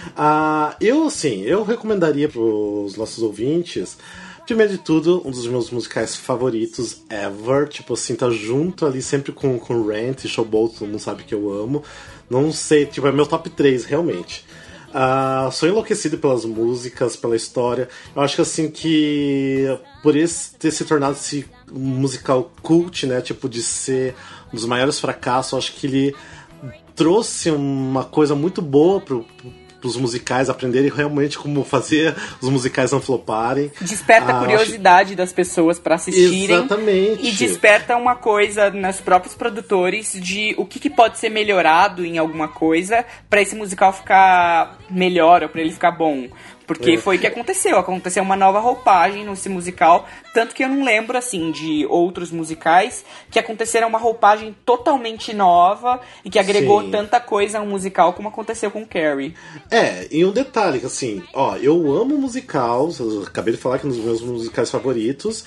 Eu recomendaria pros nossos ouvintes, primeiro de tudo, um dos meus musicais favoritos ever, tipo assim, tá junto ali sempre com Rent e Showboat, todo mundo sabe que eu amo. Não sei, tipo, é meu top 3, realmente. Sou enlouquecido pelas músicas, pela história. Eu acho que assim que por esse ter se tornado esse musical cult, né, tipo de ser um dos maiores fracassos, eu acho que ele trouxe uma coisa muito boa pros musicais aprenderem realmente como fazer os musicais não floparem. Desperta a curiosidade das pessoas pra assistirem. Exatamente. E desperta uma coisa nos próprios produtores de o que pode ser melhorado em alguma coisa pra esse musical ficar melhor ou pra ele ficar bom. Porque foi o que aconteceu. Aconteceu uma nova roupagem nesse musical. Tanto que eu não lembro, assim, de outros musicais que aconteceram uma roupagem totalmente nova e que agregou tanta coisa a um musical como aconteceu com Carrie. E um detalhe, assim, eu amo musical. Eu acabei de falar que é um dos meus musicais favoritos.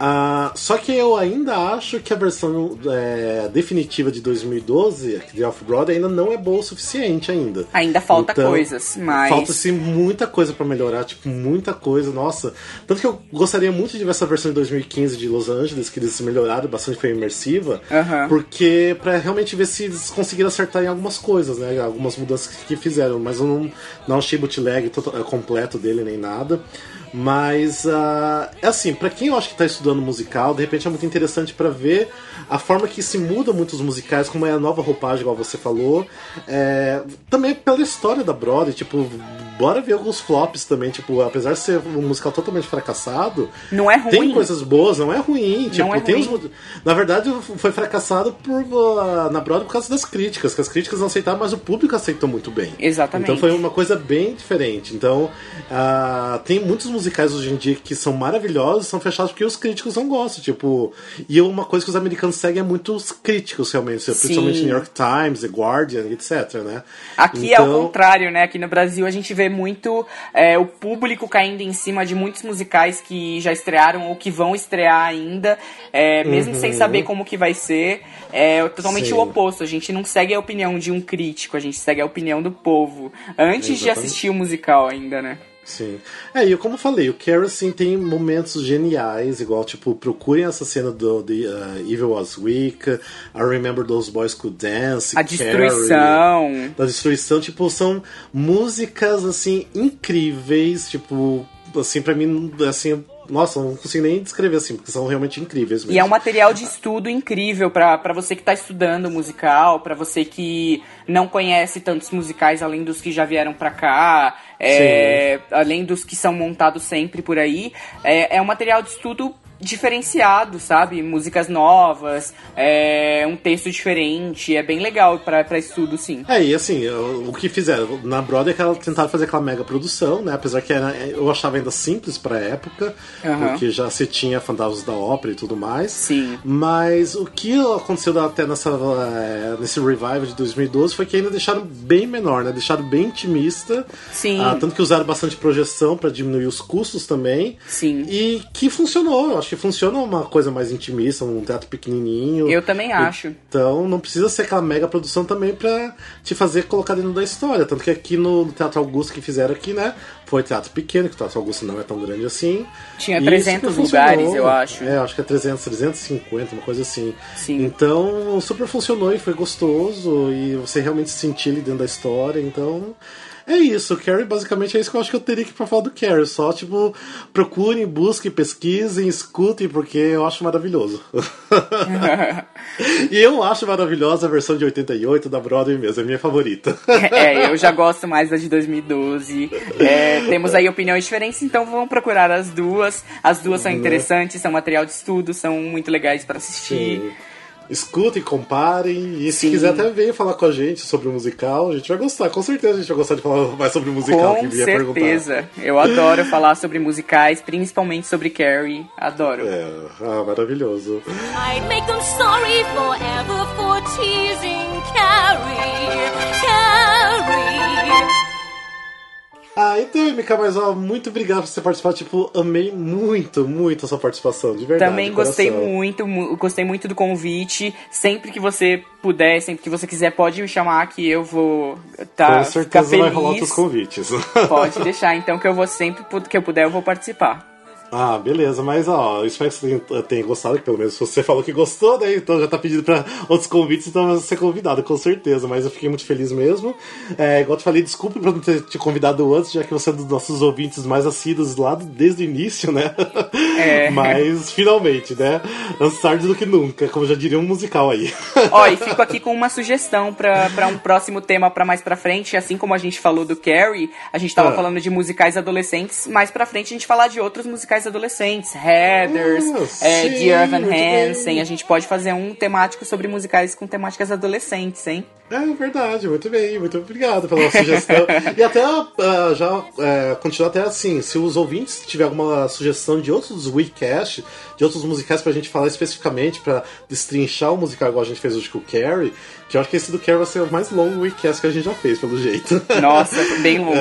Só que eu ainda acho que a versão definitiva de 2012, de Off-Broadway, ainda não é boa o suficiente ainda. Ainda falta coisas, mas... Falta-se muita coisa pra melhorar, tipo, muita coisa, nossa. Tanto que eu gostaria muito de ver essa versão de 2015 de Los Angeles, que eles melhoraram bastante, foi imersiva, porque pra realmente ver se eles conseguiram acertar em algumas coisas, né, algumas mudanças que fizeram, mas eu não achei bootleg completo dele, nem nada. Mas, assim, pra quem eu acho que tá estudando musical, de repente é muito interessante pra ver a forma que se muda muito os musicais, como é a nova roupagem, igual você falou. Também pela história da Broadway, tipo, bora ver alguns flops também, tipo, apesar de ser um musical totalmente fracassado, não é ruim. Tem coisas boas, não é ruim. Tipo, não é tem ruim. Na verdade, foi fracassado na Broadway por causa das críticas, que as críticas não aceitaram, mas o público aceitou muito bem. Exatamente. Então foi uma coisa bem diferente. Então, tem muitos musicais hoje em dia que são maravilhosos, são fechados porque os críticos não gostam, tipo, e uma coisa que os americanos seguem é muitos críticos realmente, principalmente New York Times, The Guardian, etc, né? Aqui é o contrário, né? Aqui no Brasil a gente vê muito o público caindo em cima de muitos musicais que já estrearam ou que vão estrear ainda, mesmo sem saber como que vai ser. É totalmente o oposto, a gente não segue a opinião de um crítico, a gente segue a opinião do povo, antes de assistir o musical ainda, né? Sim. E como eu falei, o Carrie, assim, tem momentos geniais, igual, tipo, procurem essa cena do Evil Was Weak, I Remember Those Boys Could Dance, a destruição. Da destruição, tipo, são músicas, assim, incríveis, tipo, assim, pra mim, assim, Nossa, não consigo nem descrever assim, porque são realmente incríveis mesmo. E é um material de estudo incrível pra você que tá estudando musical, pra você que não conhece tantos musicais além dos que já vieram pra cá, além dos que são montados sempre por aí. É um material de estudo diferenciado, sabe? Músicas novas, um texto diferente, é bem legal pra estudo, sim. E assim, o que fizeram na Broadway é que ela tentaram fazer aquela mega produção, né? Apesar que eu achava ainda simples pra época, porque já se tinha Fantasmas da Ópera e tudo mais. Sim. Mas o que aconteceu até nesse revival de 2012 foi que ainda deixaram bem menor, né? Deixaram bem intimista. Sim. Tanto que usaram bastante projeção pra diminuir os custos também. Sim. E que funcionou, eu acho que funciona uma coisa mais intimista, um teatro pequenininho. Eu também acho. Então não precisa ser aquela mega produção também pra te fazer colocar dentro da história. Tanto que aqui no Teatro Augusto que fizeram aqui, né, foi teatro pequeno, que o Teatro Augusto não é tão grande assim. Tinha 300 lugares, eu acho. Acho que é 350, uma coisa assim. Sim. Então super funcionou e foi gostoso e você realmente se sentir ali dentro da história, então... É isso, o Carrie basicamente é isso que eu acho que eu teria que ir pra falar do Carrie. Só, tipo, procurem, busquem, pesquisem, escutem, porque eu acho maravilhoso. E eu acho maravilhosa a versão de 88 da Broadway mesmo, é a minha favorita. Eu já gosto mais da de 2012. Temos aí opiniões diferentes, então vamos procurar as duas. As duas são interessantes, são material de estudo, são muito legais pra assistir. Sim. Escutem, comparem, e se quiser até venha falar com a gente sobre o musical, a gente vai gostar, com certeza a gente vai gostar de falar mais sobre o musical que vinha perguntar. Com certeza, eu adoro falar sobre musicais, principalmente sobre Carrie, adoro. Maravilhoso. I'd make them sorry forever for teasing Carrie, Carrie. Então, Mika, mas muito obrigado por você participar. Tipo, amei muito, muito a sua participação, de verdade. Também gostei muito do convite. Sempre que você puder, sempre que você quiser, pode me chamar que eu vou com certeza vai rolar outros convites. Pode deixar, então, que eu vou sempre que eu puder, eu vou participar. Beleza, mas espero que você tenha gostado, que pelo menos você falou que gostou, né? Então já tá pedindo pra outros convites, então vai ser convidado, com certeza. Mas eu fiquei muito feliz mesmo. Igual eu te falei, desculpe por não ter te convidado antes, já que você é um dos nossos ouvintes mais assíduos lá desde o início, né? Mas finalmente, né? Antes tarde do que nunca, como já diria um musical aí. E fico aqui com uma sugestão pra um próximo tema pra mais pra frente. Assim como a gente falou do Carrie, a gente tava falando de musicais adolescentes, mais pra frente a gente falar de outros musicais adolescentes, Heathers, Dear Evan Hansen. A gente pode fazer um temático sobre musicais com temáticas adolescentes, hein? Verdade, muito bem, muito obrigado pela sugestão. E até continuar até assim, se os ouvintes tiverem alguma sugestão de outros WeCast, de outros musicais pra gente falar especificamente, pra destrinchar o musical igual a gente fez hoje com o Carrie, que eu acho que esse do Carrie vai ser o mais longo WeCast que a gente já fez, pelo jeito. Nossa, bem longo.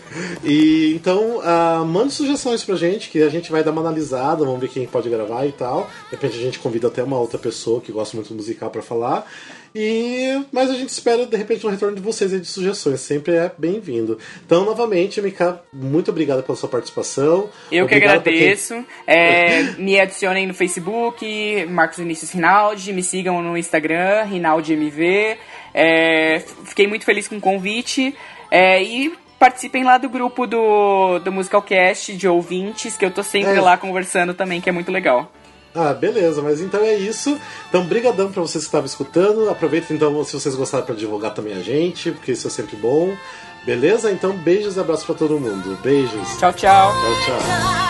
E então, mande sugestões pra gente, que a gente vai dar uma analisada, vamos ver quem pode gravar e tal. De repente a gente convida até uma outra pessoa que gosta muito do musical pra falar. Mas a gente espera, de repente, um retorno de vocês aí de sugestões. Sempre é bem-vindo. Então, novamente, Mika, muito obrigado pela sua participação. Eu que agradeço. Me adicionem no Facebook, Marcos Vinícius Rinaldi. Me sigam no Instagram, RinaldiMV. Fiquei muito feliz com o convite. E participem lá do grupo do Musicalcast de ouvintes, que eu tô sempre lá conversando também, que é muito legal. Beleza, mas então é isso. Então, brigadão pra vocês que estavam escutando. Aproveitem, então, se vocês gostaram, pra divulgar também a gente, porque isso é sempre bom. Beleza? Então, beijos e abraços pra todo mundo. Beijos. Tchau, tchau. Tchau, tchau.